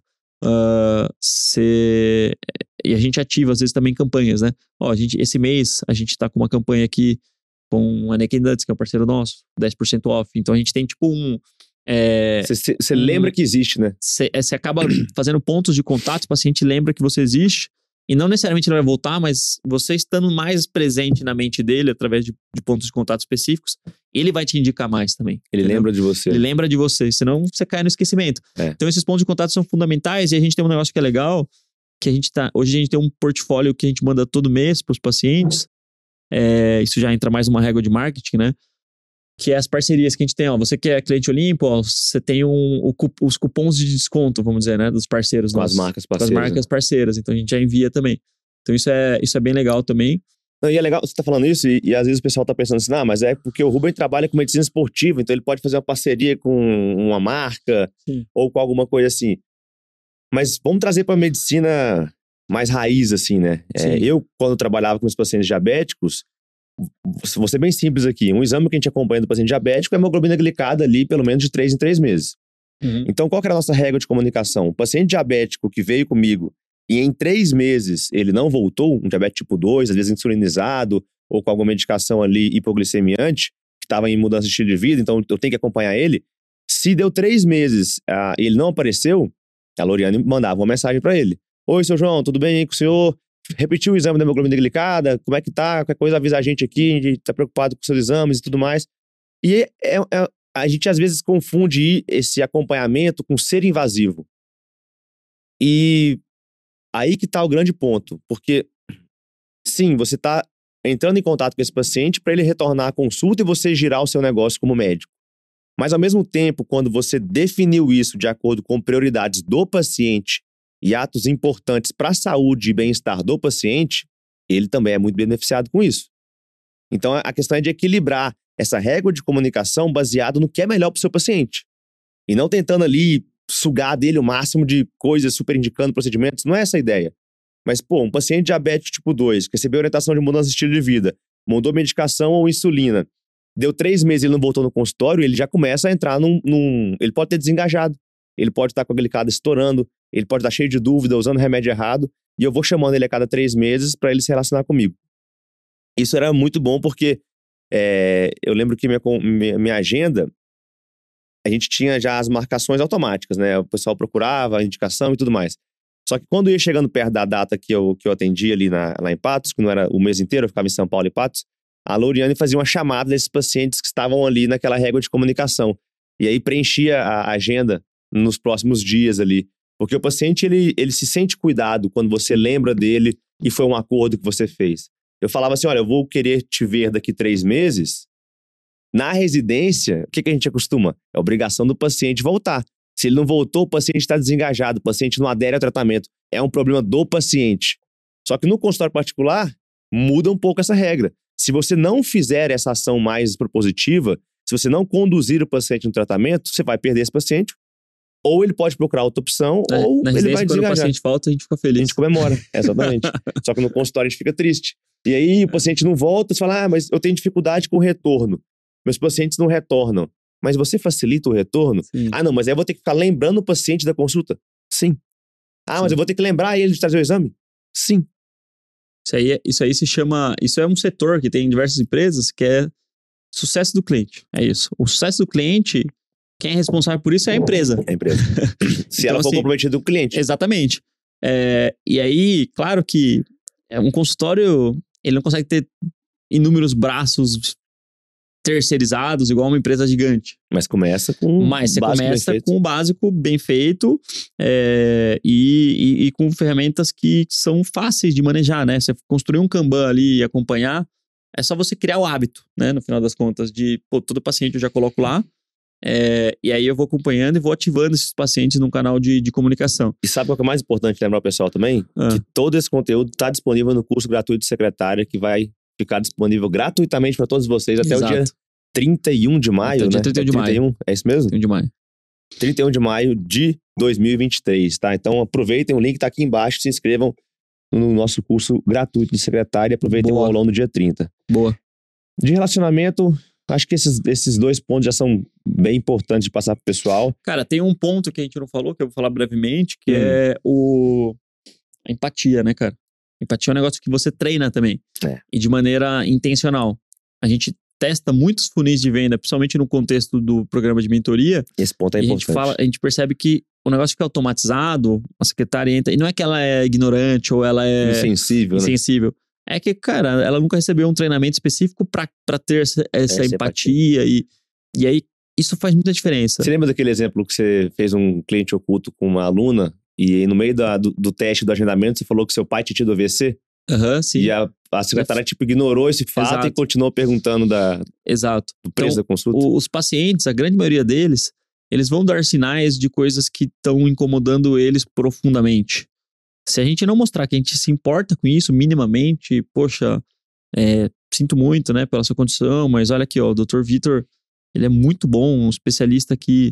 E a gente ativa às vezes também campanhas, né? Esse mês a gente tá com uma campanha aqui com a Naked Nuts, que é um parceiro nosso, 10% off. Então a gente tem tipo Você lembra que existe, né? Você acaba fazendo pontos de contato, o paciente lembra que você existe, e não necessariamente ele vai voltar, mas você estando mais presente na mente dele, através de pontos de contato específicos, ele vai te indicar mais também. Ele lembra de você. Ele lembra de você, senão você cai no esquecimento. Então esses pontos de contato são fundamentais, e a gente tem um negócio que é legal, que hoje a gente tem um portfólio que a gente manda todo mês para os pacientes, isso já entra mais numa régua de marketing, né? Que é as parcerias que a gente tem, você que é cliente Olimpo, você tem os cupons de desconto, vamos dizer, né, dos parceiros nossos. Com as marcas parceiras. Com as marcas parceiras, então a gente já envia também. Então isso é bem legal também. Não, e é legal, você tá falando isso, e às vezes o pessoal tá pensando assim, mas é porque o Rubem trabalha com medicina esportiva, então ele pode fazer uma parceria com uma marca, ou com alguma coisa assim. Mas vamos trazer pra medicina mais raiz, assim, né? Eu, quando trabalhava com os pacientes diabéticos, vou ser bem simples aqui, um exame que a gente acompanha do paciente diabético é a hemoglobina glicada ali, pelo menos de 3 em 3 meses. Então, qual que era a nossa regra de comunicação? O paciente diabético que veio comigo e em 3 meses ele não voltou, um diabetes tipo 2, às vezes insulinizado, ou com alguma medicação ali hipoglicemiante, que estava em mudança de estilo de vida, então eu tenho que acompanhar ele. Se deu 3 meses e ele não apareceu, a Loriane mandava uma mensagem para ele. Oi, seu João, tudo bem aí com o senhor? Repetiu o exame da hemoglobina glicada, como é que tá? Qualquer coisa avisa a gente aqui, a gente tá preocupado com seus exames e tudo mais. E a gente às vezes confunde esse acompanhamento com ser invasivo. E aí que tá o grande ponto, porque sim, você tá entrando em contato com esse paciente para ele retornar à consulta e você girar o seu negócio como médico. Mas ao mesmo tempo, quando você definiu isso de acordo com prioridades do paciente e atos importantes para a saúde e bem-estar do paciente, ele também é muito beneficiado com isso. Então, a questão é de equilibrar essa régua de comunicação baseado no que é melhor para o seu paciente. E não tentando ali sugar dele o máximo de coisas, super indicando procedimentos. Não é essa a ideia. Mas, um paciente diabético tipo 2, que recebeu orientação de mudança de estilo de vida, mudou medicação ou insulina, Deu 3 meses e ele não voltou no consultório, ele já começa a entrar ele pode ter desengajado. Ele pode estar com a glicada estourando, ele pode estar cheio de dúvida, usando remédio errado, e eu vou chamando ele a cada 3 meses para ele se relacionar comigo. Isso era muito bom porque eu lembro que minha agenda, a gente tinha já as marcações automáticas, né? O pessoal procurava a indicação e tudo mais. Só que quando eu ia chegando perto da data que eu atendia ali lá em Patos, que não era o mês inteiro, eu ficava em São Paulo e Patos, a Louriane fazia uma chamada desses pacientes que estavam ali naquela régua de comunicação. E aí preenchia a agenda nos próximos dias ali. Porque o paciente, ele se sente cuidado quando você lembra dele e foi um acordo que você fez. Eu falava assim, olha, eu vou querer te ver daqui 3 meses. Na residência, o que a gente acostuma? É obrigação do paciente voltar. Se ele não voltou, o paciente está desengajado, o paciente não adere ao tratamento. É um problema do paciente. Só que no consultório particular, muda um pouco essa regra. Se você não fizer essa ação mais propositiva, se você não conduzir o paciente no tratamento, você vai perder esse paciente. Ou ele pode procurar outra opção, ou ele vai desengajar. Quando o paciente falta, a gente fica feliz. A gente comemora, exatamente. Só que no consultório a gente fica triste. E aí o paciente não volta, você fala, mas eu tenho dificuldade com o retorno. Meus pacientes não retornam. Mas você facilita o retorno? Sim. Não, mas aí eu vou ter que ficar lembrando o paciente da consulta? Sim. Mas eu vou ter que lembrar ele de trazer o exame? Sim. Isso aí se chama... Isso é um setor que tem em diversas empresas que é sucesso do cliente. É isso. O sucesso do cliente, quem é responsável por isso é a empresa. É a empresa. Se então, ela for comprometida do cliente. Exatamente. E aí, claro que um consultório, ele não consegue ter inúmeros braços terceirizados, igual uma empresa gigante. Mas começa com o básico bem feito e com ferramentas que são fáceis de manejar, né? Você construir um Kanban ali e acompanhar, é só você criar o hábito, né? No final das contas, de todo paciente eu já coloco lá, e aí eu vou acompanhando e vou ativando esses pacientes num canal de comunicação. E sabe o que é mais importante lembrar o pessoal também? Que todo esse conteúdo está disponível no curso gratuito de secretária, que vai ficar disponível gratuitamente para todos vocês até o dia 31 de maio, até o dia 31 de maio. É isso mesmo? 31 de maio. 31 de maio de 2023, tá? Então aproveitem, o link tá aqui embaixo, se inscrevam no nosso curso gratuito de secretária e aproveitem o aulão do dia 30. Boa. De relacionamento, acho que esses 2 pontos já são bem importantes de passar pro pessoal. Cara, tem um ponto que a gente não falou, que eu vou falar brevemente, que é a empatia, né, cara? Empatia é um negócio que você treina também. E de maneira intencional. A gente testa muitos funis de venda, principalmente no contexto do programa de mentoria. Esse ponto é importante. A gente percebe que o negócio fica automatizado, a secretária entra, e não é que ela é ignorante ou ela é insensível. Né? É que, cara, ela nunca recebeu um treinamento específico pra ter essa empatia. E aí, isso faz muita diferença. Você lembra daquele exemplo que você fez um cliente oculto com uma aluna e no meio do teste do agendamento você falou que seu pai tinha tido AVC? Sim. E a secretária ignorou esse fato e continuou perguntando do preço da consulta. Os pacientes, a grande maioria deles, eles vão dar sinais de coisas que estão incomodando eles profundamente. Se a gente não mostrar que a gente se importa com isso minimamente, poxa, sinto muito, né, pela sua condição, mas olha aqui, ó, o Dr. Vitor, ele é muito bom, um especialista aqui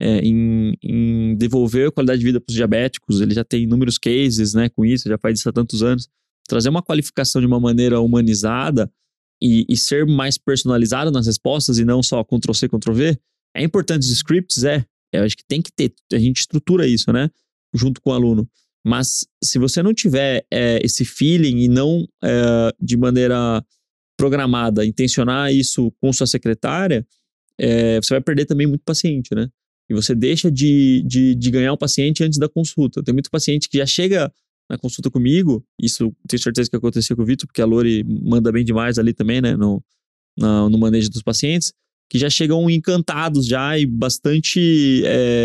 em devolver a qualidade de vida para os diabéticos, ele já tem inúmeros cases, né, com isso, já faz isso há tantos anos. Trazer uma qualificação de uma maneira humanizada e ser mais personalizado nas respostas e não só Ctrl-C, Ctrl-V, é importante. Os scripts, eu acho que tem que ter, a gente estrutura isso, né, junto com o aluno. Mas se você não tiver esse feeling e não de maneira programada, intencionar isso com sua secretária, você vai perder também muito paciente, né? E você deixa de ganhar o paciente antes da consulta. Tem muito paciente que já chega na consulta comigo, isso tenho certeza que aconteceu com o Vitor, porque a Lori manda bem demais ali também, né, no manejo dos pacientes, que já chegam encantados já e bastante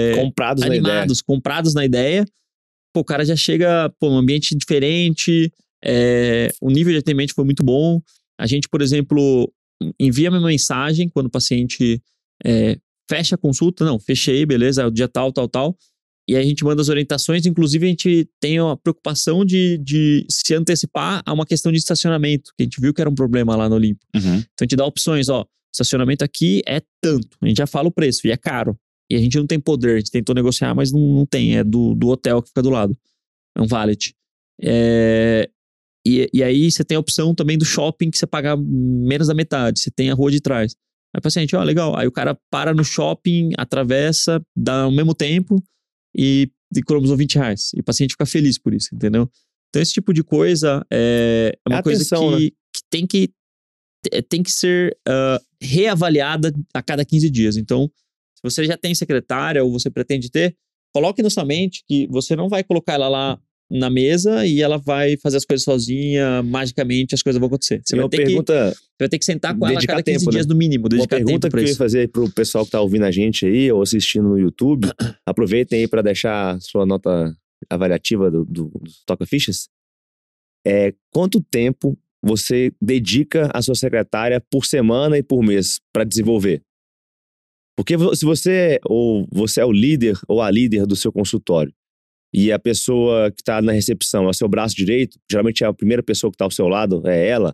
comprados na ideia. Pô, o cara já chega, num ambiente diferente, o nível de atendimento foi muito bom. A gente, por exemplo, envia uma mensagem quando o paciente fecha a consulta, não, fechei, beleza, é o dia tal, e aí a gente manda as orientações, inclusive a gente tem a preocupação de se antecipar a uma questão de estacionamento, que a gente viu que era um problema lá no Olimpo. Então a gente dá opções, estacionamento aqui é tanto, a gente já fala o preço, e é caro. E a gente não tem poder, a gente tentou negociar, mas não tem, é do hotel que fica do lado. É um valet. E aí você tem a opção também do shopping, que você paga menos da metade, você tem a rua de trás. Aí o paciente, legal. Aí o cara para no shopping, atravessa, dá ao mesmo tempo e economizou R$20. E o paciente fica feliz por isso, entendeu? Então esse tipo de coisa é uma coisa que tem que ser reavaliada a cada 15 dias. Então, se você já tem secretária ou você pretende ter, coloque na sua mente que você não vai colocar ela lá na mesa e ela vai fazer as coisas sozinha, magicamente as coisas vão acontecer. Você vai ter que sentar com ela a cada 15 dias no mínimo, dedicar tempo pra isso. Uma pergunta que eu ia fazer pro pessoal que tá ouvindo a gente aí ou assistindo no YouTube, aproveitem aí para deixar sua nota avaliativa do Toca Fichas. Quanto tempo você dedica a sua secretária por semana e por mês para desenvolver? Porque se você é o líder ou a líder do seu consultório e a pessoa que está na recepção é o seu braço direito, geralmente é a primeira pessoa que está ao seu lado, é ela.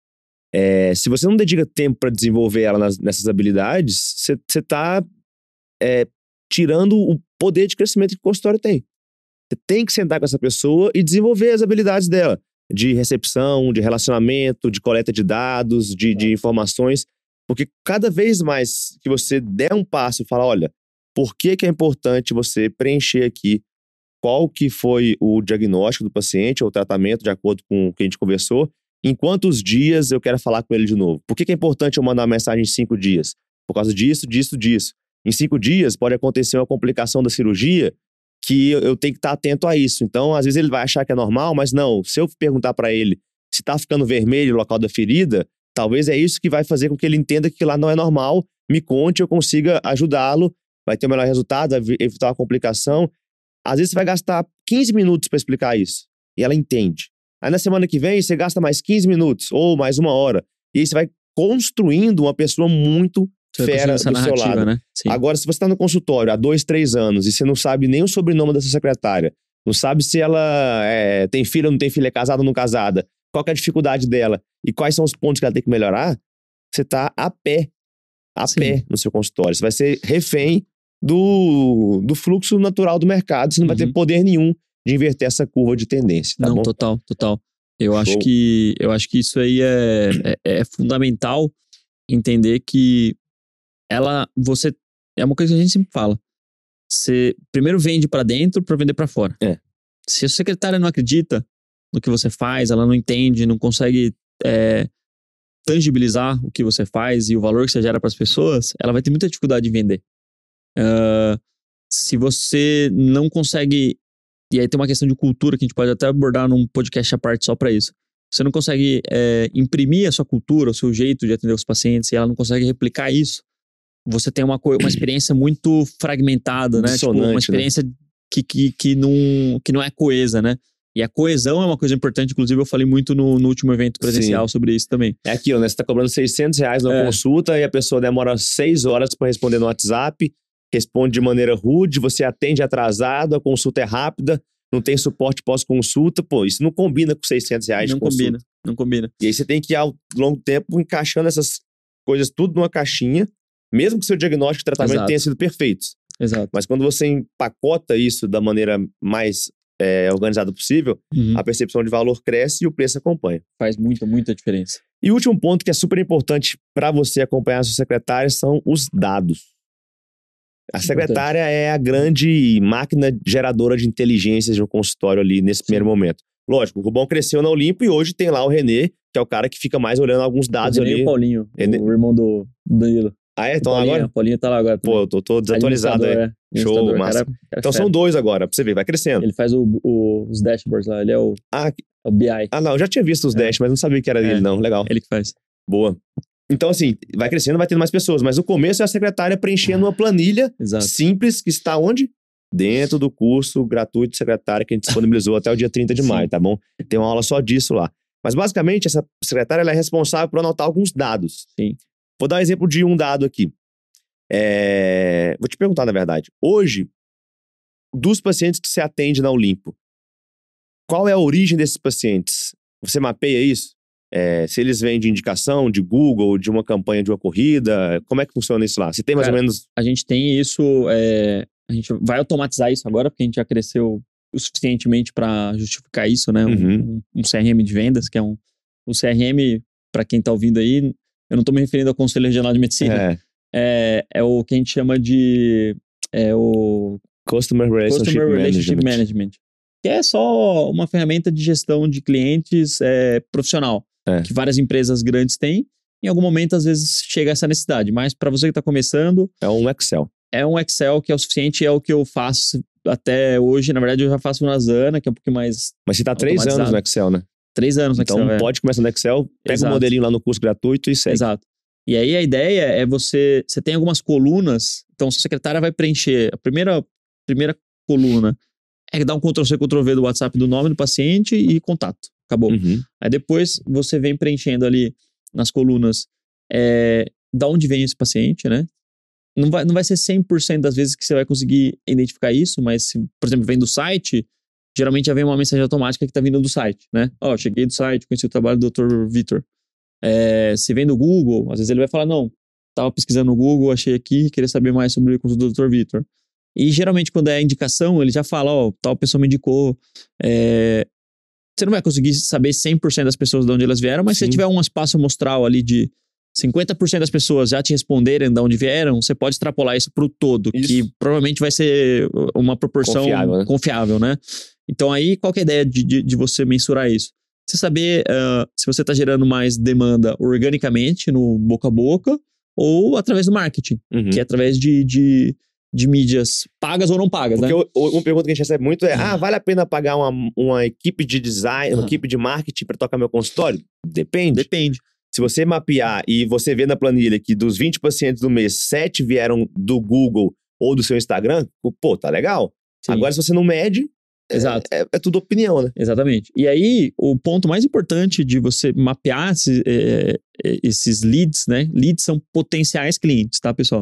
Se você não dedica tempo para desenvolver ela nessas habilidades, você está tirando o poder de crescimento que o consultório tem. Você tem que sentar com essa pessoa e desenvolver as habilidades dela, de recepção, de relacionamento, de coleta de dados, de informações, porque cada vez mais que você der um passo e falar, olha, por que é importante você preencher aqui qual que foi o diagnóstico do paciente ou o tratamento de acordo com o que a gente conversou, em quantos dias eu quero falar com ele de novo. Por que é importante eu mandar uma mensagem em 5 dias? Por causa disso. Em 5 dias pode acontecer uma complicação da cirurgia que eu tenho que estar atento a isso. Então, às vezes ele vai achar que é normal, mas não. Se eu perguntar para ele se está ficando vermelho o local da ferida, talvez é isso que vai fazer com que ele entenda que lá não é normal, me conte, eu consiga ajudá-lo, vai ter o melhor resultado, vai evitar uma complicação. Às vezes você vai gastar 15 minutos para explicar isso, e ela entende. Aí na semana que vem você gasta mais 15 minutos, ou mais 1 hora, e aí você vai construindo uma pessoa muito fera do seu lado. Né? Agora, se você está no consultório há 2, 3 anos e você não sabe nem o sobrenome dessa secretária, não sabe se ela tem filha ou não tem filha, é casada ou não casada, qual que é a dificuldade dela e quais são os pontos que ela tem que melhorar, você está a pé no seu consultório. Você vai ser refém do fluxo natural do mercado, você não vai ter poder nenhum de inverter essa curva de tendência. Tá bom? Total. Eu acho que isso aí é fundamental entender que é uma coisa que a gente sempre fala. Você primeiro vende pra dentro pra vender pra fora. Se a secretária não acredita no que você faz, ela não entende, não consegue tangibilizar o que você faz e o valor que você gera pras pessoas, ela vai ter muita dificuldade de vender. Se você não consegue, e aí tem uma questão de cultura que a gente pode até abordar num podcast à parte só pra isso. Você não consegue imprimir a sua cultura, o seu jeito de atender os pacientes, e ela não consegue replicar isso, você tem uma experiência muito fragmentada, né? Tipo, uma experiência que não é coesa, né? E a coesão é uma coisa importante, inclusive eu falei muito no último evento presencial sobre isso também. É aquilo, né? Você tá cobrando R$600 na consulta e a pessoa demora 6 horas para responder no WhatsApp, responde de maneira rude, você atende atrasado, a consulta é rápida, não tem suporte pós-consulta, isso não combina com R$600 de consulta. Não combina. E aí você tem que ir ao longo tempo encaixando essas coisas tudo numa caixinha, mesmo que seu diagnóstico e tratamento tenha sido perfeitos. Exato. Mas quando você empacota isso da maneira mais organizada possível, a percepção de valor cresce e o preço acompanha. Faz muita diferença. E o último ponto que é super importante para você acompanhar a sua secretária são os dados. A secretária é a grande máquina geradora de inteligências de um consultório ali nesse primeiro momento. Lógico, o Rubão cresceu na Olimpo e hoje tem lá o René, que é o cara que fica mais olhando alguns dados ali. E o Paulinho, o irmão do Danilo. Então agora? O Paulinho tá lá agora também. Pô, eu tô desatualizado aí. Show, massa. Cara então são 2 agora, pra você ver, vai crescendo. Ele faz os dashboards lá, ele é o BI. Não, eu já tinha visto os dash, mas não sabia que era dele não, legal. Ele que faz. Boa. Então assim, vai crescendo, vai tendo mais pessoas, mas o começo é a secretária preenchendo uma planilha simples que está onde? Dentro do curso gratuito de secretária que a gente disponibilizou até o dia 30 de maio, tá bom? Tem uma aula só disso lá. Mas basicamente essa secretária ela é responsável por anotar alguns dados. Sim. Vou dar um exemplo de um dado aqui. Vou te perguntar, na verdade. Hoje, dos pacientes que você atende na Olimpo, qual é a origem desses pacientes? Você mapeia isso? Se eles vêm de indicação, de Google, de uma campanha de uma corrida, como é que funciona isso lá? Você tem mais ou menos... A gente tem isso, a gente vai automatizar isso agora, porque a gente já cresceu o suficientemente para justificar isso, né? Um CRM de vendas, que é um CRM, para quem tá ouvindo aí, eu não tô me referindo ao Conselho Regional de Medicina. É o que a gente chama de... É o... Customer Relationship Management. Que é só uma ferramenta de gestão de clientes profissional. Que várias empresas grandes têm. Em algum momento, às vezes, chega essa necessidade. Mas para você que está começando... É um Excel. É um Excel que é o suficiente, é o que eu faço até hoje. Na verdade, eu já faço no Asana, que é um pouquinho mais... Mas você está 3 anos no Excel, né? 3 anos no Excel, Então, pode começar no Excel, pega o modelinho lá no curso gratuito e segue. Exato. E aí, a ideia é você tem algumas colunas. Então, sua secretária vai preencher. A primeira coluna é dar um Ctrl+C, Ctrl+V do WhatsApp do nome do paciente e contato. Acabou. Aí depois você vem preenchendo ali nas colunas da onde vem esse paciente, né? Não vai ser 100% das vezes que você vai conseguir identificar isso, mas se, por exemplo, vem do site, geralmente já vem uma mensagem automática que tá vindo do site, né? Cheguei do site, conheci o trabalho do Dr. Vitor. Se vem do Google, às vezes ele vai falar, não, tava pesquisando no Google, achei aqui, queria saber mais sobre o consulta do Dr. Vitor. E geralmente quando é indicação, ele já fala, tal pessoa me indicou. Você não vai conseguir saber 100% das pessoas de onde elas vieram, mas se você tiver um espaço amostral ali de 50% das pessoas já te responderem de onde vieram, você pode extrapolar isso pro todo, que provavelmente vai ser uma proporção confiável, né? Então aí, qual que é a ideia de você mensurar isso? Você saber se você está gerando mais demanda organicamente, no boca a boca, ou através do marketing, que é através de mídias pagas ou não pagas, porque né? Uma pergunta que a gente recebe muito é, vale a pena pagar uma equipe de design, uma equipe de marketing para tocar meu consultório? Depende. Se você mapear e você vê na planilha que dos 20 pacientes do mês, 7 vieram do Google ou do seu Instagram, tá legal. Sim. Agora, se você não mede, exato. É tudo opinião, né? Exatamente. E aí, o ponto mais importante de você mapear esses leads, né? Leads são potenciais clientes, tá, pessoal?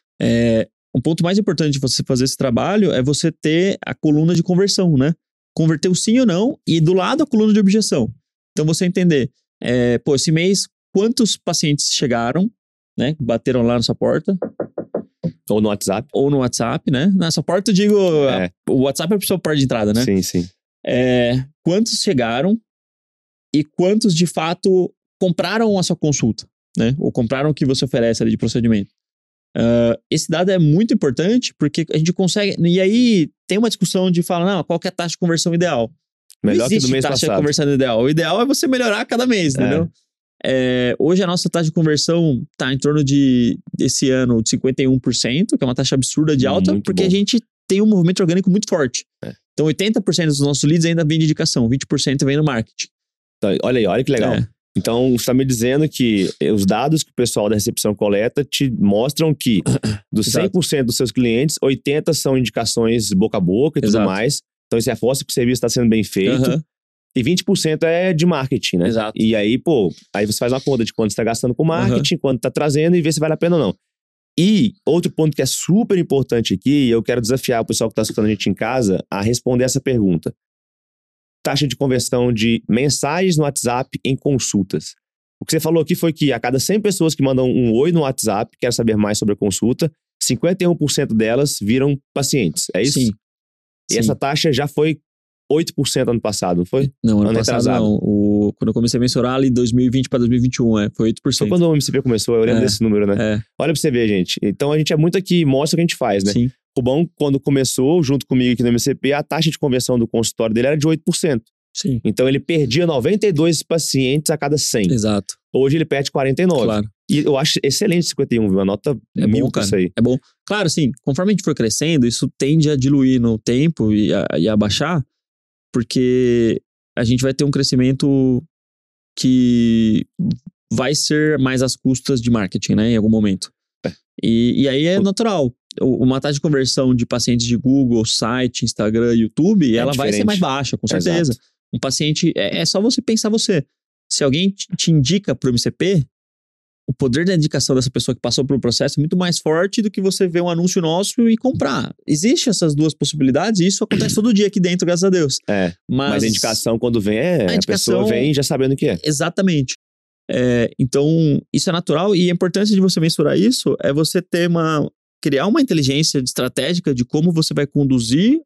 Um ponto mais importante de você fazer esse trabalho é você ter a coluna de conversão, né? Converter o sim ou não e do lado a coluna de objeção. Então, você entender, esse mês, quantos pacientes chegaram, né? Bateram lá na sua porta. Ou no WhatsApp. Ou no WhatsApp, né? Nessa porta eu digo, o WhatsApp é a pessoa porta de entrada, né? Sim. Quantos chegaram e quantos, de fato, compraram a sua consulta, né? Ou compraram o que você oferece ali de procedimento. Esse dado é muito importante porque a gente consegue... E aí, tem uma discussão de falar, qual que é a taxa de conversão ideal? Melhor que do mês taxa passado. de conversão ideal. O ideal é você melhorar a cada mês, entendeu? Hoje a nossa taxa de conversão está em torno desse ano, de 51%, que é uma taxa absurda de alta, muito porque bom. A gente tem um movimento orgânico muito forte. Então 80% dos nossos leads ainda vem de indicação, 20% vem no marketing. Então, olha que legal. Então, você está me dizendo que os dados que o pessoal da recepção coleta te mostram que dos 100% dos seus clientes, 80% são indicações boca a boca e tudo mais. Então, isso é a força que o serviço está sendo bem feito. E 20% é de marketing, né? Exato. E aí, aí você faz uma conta de quanto você está gastando com marketing, quanto está trazendo e vê se vale a pena ou não. E outro ponto que é super importante aqui, eu quero desafiar o pessoal que está escutando a gente em casa a responder essa pergunta. Taxa de conversão de mensagens no WhatsApp em consultas. O que você falou aqui foi que a cada 100 pessoas que mandam um oi no WhatsApp, quero saber mais sobre a consulta, 51% delas viram pacientes. É isso? Sim. E essa taxa já foi 8% ano passado, não foi? Não, ano passado não. Quando eu comecei a mensurar ali, 2020 para 2021, foi 8%. Foi quando o MCP começou, eu lembro desse número, né? Olha pra você ver, gente. Então a gente é muito aqui, mostra o que a gente faz, né? Sim. O Rubão, quando começou, junto comigo aqui no MCP, a taxa de conversão do consultório dele era de 8%. Sim. Então ele perdia 92 pacientes a cada 100. Exato. Hoje ele perde 49. Claro. E eu acho excelente 51, viu? Uma nota mil pra isso aí. É bom. Claro, sim, conforme a gente for crescendo, isso tende a diluir no tempo e a baixar, porque a gente vai ter um crescimento que vai ser mais às custas de marketing, né? Em algum momento. E aí é natural. Uma taxa de conversão de pacientes de Google, site, Instagram, YouTube, ela vai ser mais baixa, com certeza. Exato. Um paciente, é só você pensar você. Se alguém te indica pro MCP, o poder da indicação dessa pessoa que passou por um processo é muito mais forte do que você ver um anúncio nosso e comprar. Existem essas duas possibilidades e isso acontece todo dia aqui dentro, graças a Deus. Mas a indicação quando vem a pessoa vem já sabendo o que é. Exatamente. Então, isso é natural e a importância de você mensurar isso é você criar uma inteligência estratégica de como você vai conduzir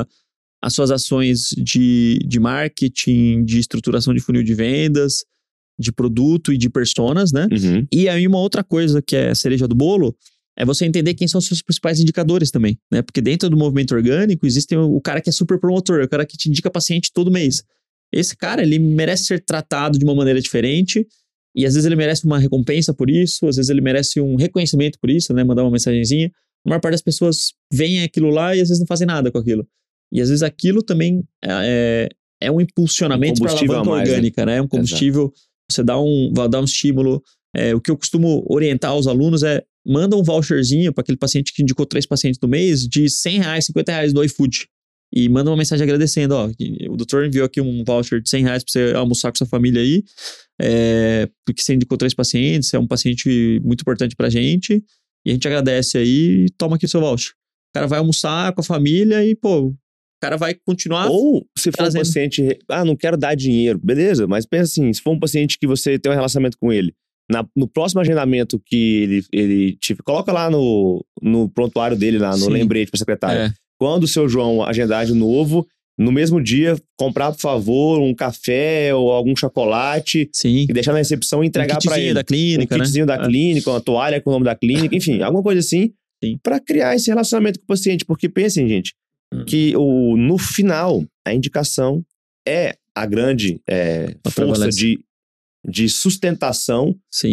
as suas ações de marketing, de estruturação de funil de vendas, de produto e de personas, né? Uhum. E aí uma outra coisa que é a cereja do bolo é você entender quem são os seus principais indicadores também, né? Porque dentro do movimento orgânico existe o cara que é super promotor, o cara que te indica paciente todo mês. Esse cara, ele merece ser tratado de uma maneira diferente e às vezes ele merece uma recompensa por isso, às vezes ele merece um reconhecimento por isso, né? Mandar uma mensagenzinha. A maior parte das pessoas veem aquilo lá e às vezes não fazem nada com aquilo. E às vezes aquilo também é um impulsionamento para a alavanca orgânica, né? É um combustível, exato. Você vai dar um estímulo. O que eu costumo orientar aos alunos é manda um voucherzinho para aquele paciente que indicou 3 pacientes no mês de R$100, R$50 do iFood. E manda uma mensagem agradecendo, ó, o doutor enviou aqui um voucher de R$100 para você almoçar com sua família aí, porque você indicou 3 pacientes, é um paciente muito importante pra gente, e a gente agradece aí e toma aqui o seu voucher. O cara vai almoçar com a família e, pô, o cara vai continuar. Ou se for um paciente, não quero dar dinheiro, beleza, mas pensa assim, se for um paciente que você tem um relacionamento com ele, no próximo agendamento que ele te coloca lá no prontuário dele, lá no Sim. lembrete para secretária. Quando o seu João agendar de novo, no mesmo dia, comprar, por favor, um café ou algum chocolate. Sim. E deixar na recepção e entregar para ele. Da clínica, um kitzinho da clínica, uma toalha com o nome da clínica, enfim, alguma coisa assim. Para criar esse relacionamento com o paciente. Porque pensem, gente, que no final, a indicação é a grande força de sustentação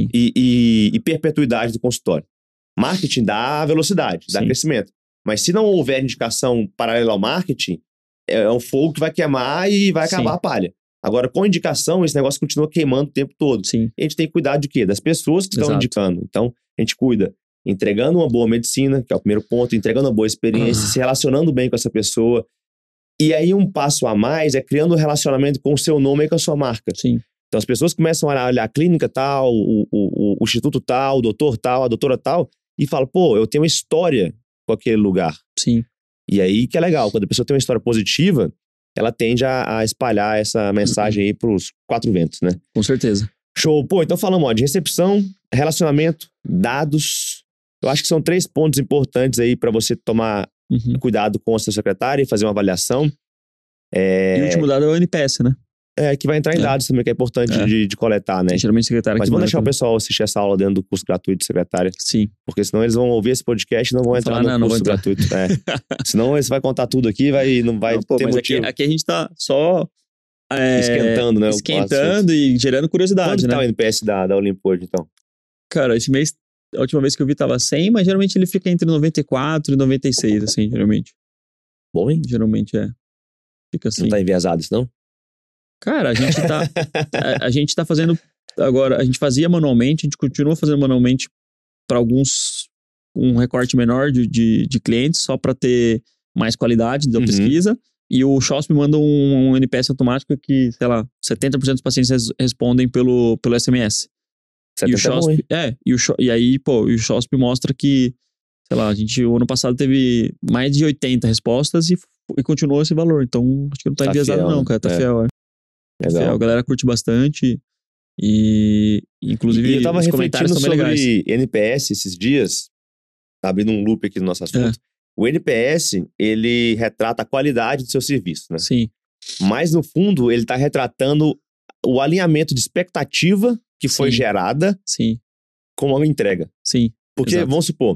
e perpetuidade do consultório. Marketing dá velocidade, dá crescimento. Mas se não houver indicação paralela ao marketing, é um fogo que vai queimar e vai acabar a palha. Agora, com indicação, esse negócio continua queimando o tempo todo. Sim. E a gente tem que cuidar de quê? Das pessoas que estão indicando. Então, a gente cuida entregando uma boa medicina, que é o primeiro ponto, entregando uma boa experiência, se relacionando bem com essa pessoa. E aí, um passo a mais é criando um relacionamento com o seu nome e com a sua marca. Sim. Então, as pessoas começam a olhar a clínica tal, o instituto tal, o doutor tal, a doutora tal, e falam, pô, eu tenho uma história com aquele lugar. Sim. E aí que é legal, quando a pessoa tem uma história positiva, ela tende a espalhar essa mensagem aí pros 4 ventos, né? Com certeza. Show. Pô, então falamos, de recepção, relacionamento, dados. Eu acho que são 3 pontos importantes aí para você tomar cuidado com a sua secretária e fazer uma avaliação. E o último dado é o NPS, né? Que vai entrar em dados também, que é importante de coletar, né? Geralmente secretária. Mas vamos deixar o pessoal assistir essa aula dentro do curso gratuito de secretária. Sim. Porque senão eles vão ouvir esse podcast e não vão entrar no curso gratuito. Senão você vai contar tudo aqui e não vai ter motivo. Aqui a gente tá só esquentando, né? Esquentando e gerando curiosidade, Quanto né? Tá o NPS da Olimpo hoje, então? Cara, esse mês, a última vez que eu vi tava 100, mas geralmente ele fica entre 94 e 96, assim, geralmente. Bom, hein? Geralmente fica assim. Não tá enviesado isso, não? Cara, a gente tá fazendo agora, a gente fazia manualmente, a gente continua fazendo manualmente para alguns, um recorte menor de clientes, só para ter mais qualidade da pesquisa. E o SHOSP manda um NPS automático que, sei lá, 70% dos pacientes respondem pelo SMS. E o SHOSP, e aí, pô, o SHOSP mostra que, sei lá, o ano passado teve mais de 80 respostas e continuou esse valor. Então, acho que não tá enviesado não, cara, tá fiel, Legal. A galera curte bastante e inclusive eu tava os comentários refletindo são bem sobre legais. NPS esses dias, tá abrindo um loop aqui no nosso assunto. O NPS, ele retrata a qualidade do seu serviço, né? Sim. Mas no fundo, ele tá retratando o alinhamento de expectativa que foi gerada com a entrega. Sim. Porque, vamos supor,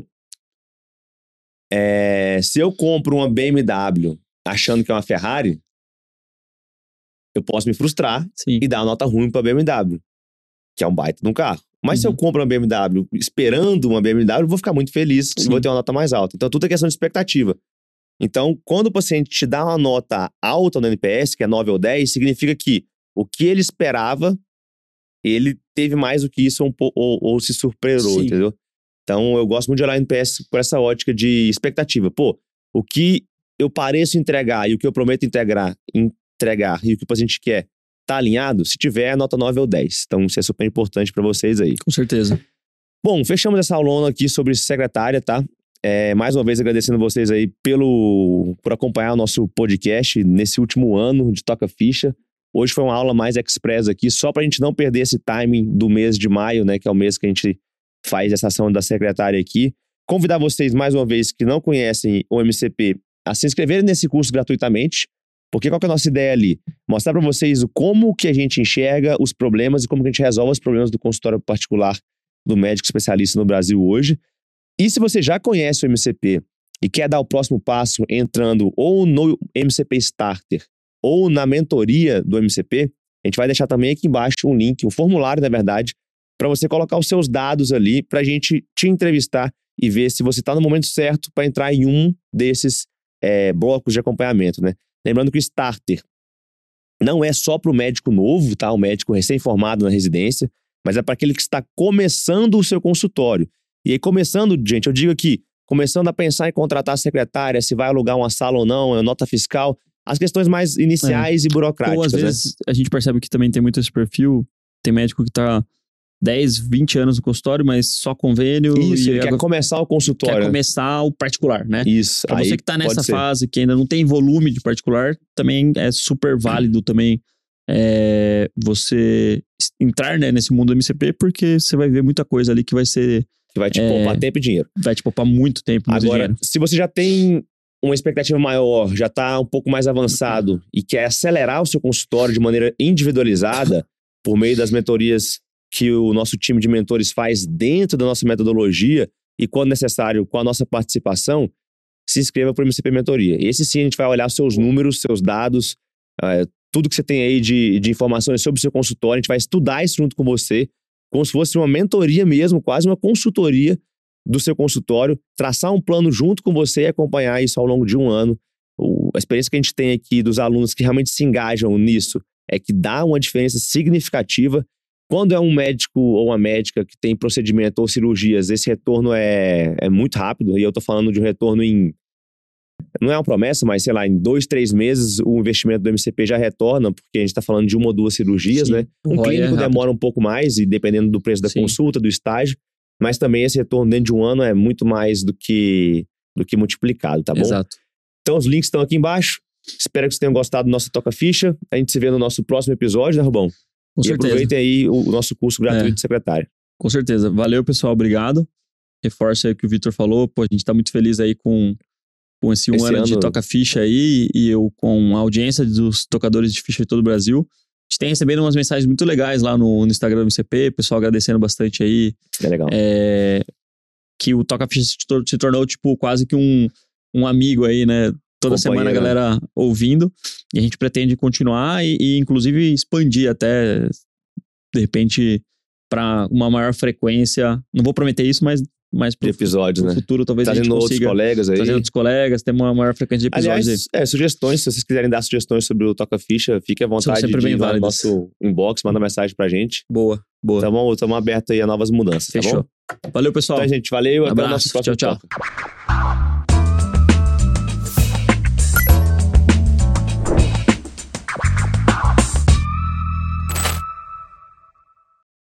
se eu compro uma BMW achando que é uma Ferrari, eu posso me frustrar e dar uma nota ruim pra BMW, que é um baita de um carro. Mas se eu compro uma BMW esperando uma BMW, eu vou ficar muito feliz e vou ter uma nota mais alta. Então, tudo é questão de expectativa. Então, quando o paciente te dá uma nota alta no NPS, que é 9 ou 10, significa que o que ele esperava, ele teve mais do que isso ou se surpreendeu, entendeu? Então, eu gosto muito de olhar o NPS por essa ótica de expectativa. Pô, o que eu pareço entregar e o que eu prometo entregar e o que o paciente quer tá alinhado? Se tiver, nota 9 ou 10. Então, isso é super importante para vocês aí. Com certeza. Bom, fechamos essa aulona aqui sobre secretária, tá? Mais uma vez agradecendo vocês aí por acompanhar o nosso podcast nesse último ano de Toca Ficha. Hoje foi uma aula mais express aqui, só pra gente não perder esse timing do mês de maio, né? Que é o mês que a gente faz essa ação da secretária aqui. Convidar vocês, mais uma vez, que não conhecem o MCP, a se inscreverem nesse curso gratuitamente. Porque qual que é a nossa ideia ali? Mostrar para vocês como que a gente enxerga os problemas e como que a gente resolve os problemas do consultório particular do médico especialista no Brasil hoje. E se você já conhece o MCP e quer dar o próximo passo entrando ou no MCP Starter ou na mentoria do MCP, a gente vai deixar também aqui embaixo um link, um formulário, na verdade, para você colocar os seus dados ali para a gente te entrevistar e ver se você está no momento certo para entrar em um desses blocos de acompanhamento, né? Lembrando que o Starter não é só para o médico novo, tá? O médico recém-formado na residência, mas é para aquele que está começando o seu consultório. E aí, começando, gente, eu digo aqui, começando a pensar em contratar a secretária, se vai alugar uma sala ou não, nota fiscal, as questões mais iniciais e burocráticas. Ou às vezes a gente percebe que também tem muito esse perfil, tem médico que tá 10, 20 anos no consultório, mas só convênio. Isso, ele quer começar o consultório. Quer começar o particular, né? Isso. Pra você que tá nessa fase, que ainda não tem volume de particular, também é super válido também você entrar, né, nesse mundo do MCP, porque você vai ver muita coisa ali que vai ser... Que vai te poupar tempo e dinheiro. Vai te poupar muito tempo, muito Agora, dinheiro. se você já tem uma expectativa maior, já tá um pouco mais avançado e quer acelerar o seu consultório de maneira individualizada, por meio das mentorias que o nosso time de mentores faz dentro da nossa metodologia e, quando necessário, com a nossa participação, se inscreva para o MCP Mentoria. Esse sim, a gente vai olhar seus números, seus dados, tudo que você tem aí de informações sobre o seu consultório, a gente vai estudar isso junto com você, como se fosse uma mentoria mesmo, quase uma consultoria do seu consultório, traçar um plano junto com você e acompanhar isso ao longo de um ano. A experiência que a gente tem aqui dos alunos que realmente se engajam nisso é que dá uma diferença significativa. Quando é um médico ou uma médica que tem procedimento ou cirurgias, esse retorno é muito rápido. E eu tô falando de um retorno em... Não é uma promessa, mas sei lá, em 2, 3 meses o investimento do MCP já retorna, porque a gente tá falando de 1 ou 2 cirurgias, né? Um clínico demora um pouco mais, e dependendo do preço da consulta, do estágio. Mas também esse retorno dentro de um ano é muito mais do que multiplicado, tá bom? Exato. Então os links estão aqui embaixo. Espero que vocês tenham gostado do nosso Toca Ficha. A gente se vê no nosso próximo episódio, né, Rubão? Com certeza. Aproveitem aí o nosso curso gratuito de secretária. Com certeza. Valeu, pessoal. Obrigado. Reforço aí o que o Vitor falou. Pô, a gente tá muito feliz aí com esse ano de Toca Ficha aí e eu com a audiência dos tocadores de ficha de todo o Brasil. A gente tem recebendo umas mensagens muito legais lá no Instagram do MCP, pessoal agradecendo bastante aí. É legal. Que o Toca Ficha se tornou tipo quase que um amigo aí, né? Toda semana a galera ouvindo. E a gente pretende continuar e inclusive expandir até, de repente, para uma maior frequência. Não vou prometer isso, mas pro episódios, pro futuro talvez trazendo a gente consiga. Outros colegas aí. Trazendo outros colegas, ter uma maior frequência de episódios. Aliás, sugestões, se vocês quiserem dar sugestões sobre o Toca Ficha, fique à vontade de ir no nosso inbox, manda mensagem pra gente. Boa. Estamos abertos aí a novas mudanças, Fechou. Tá bom? Valeu, pessoal. Então, gente, valeu. Até o nosso próximo tchau.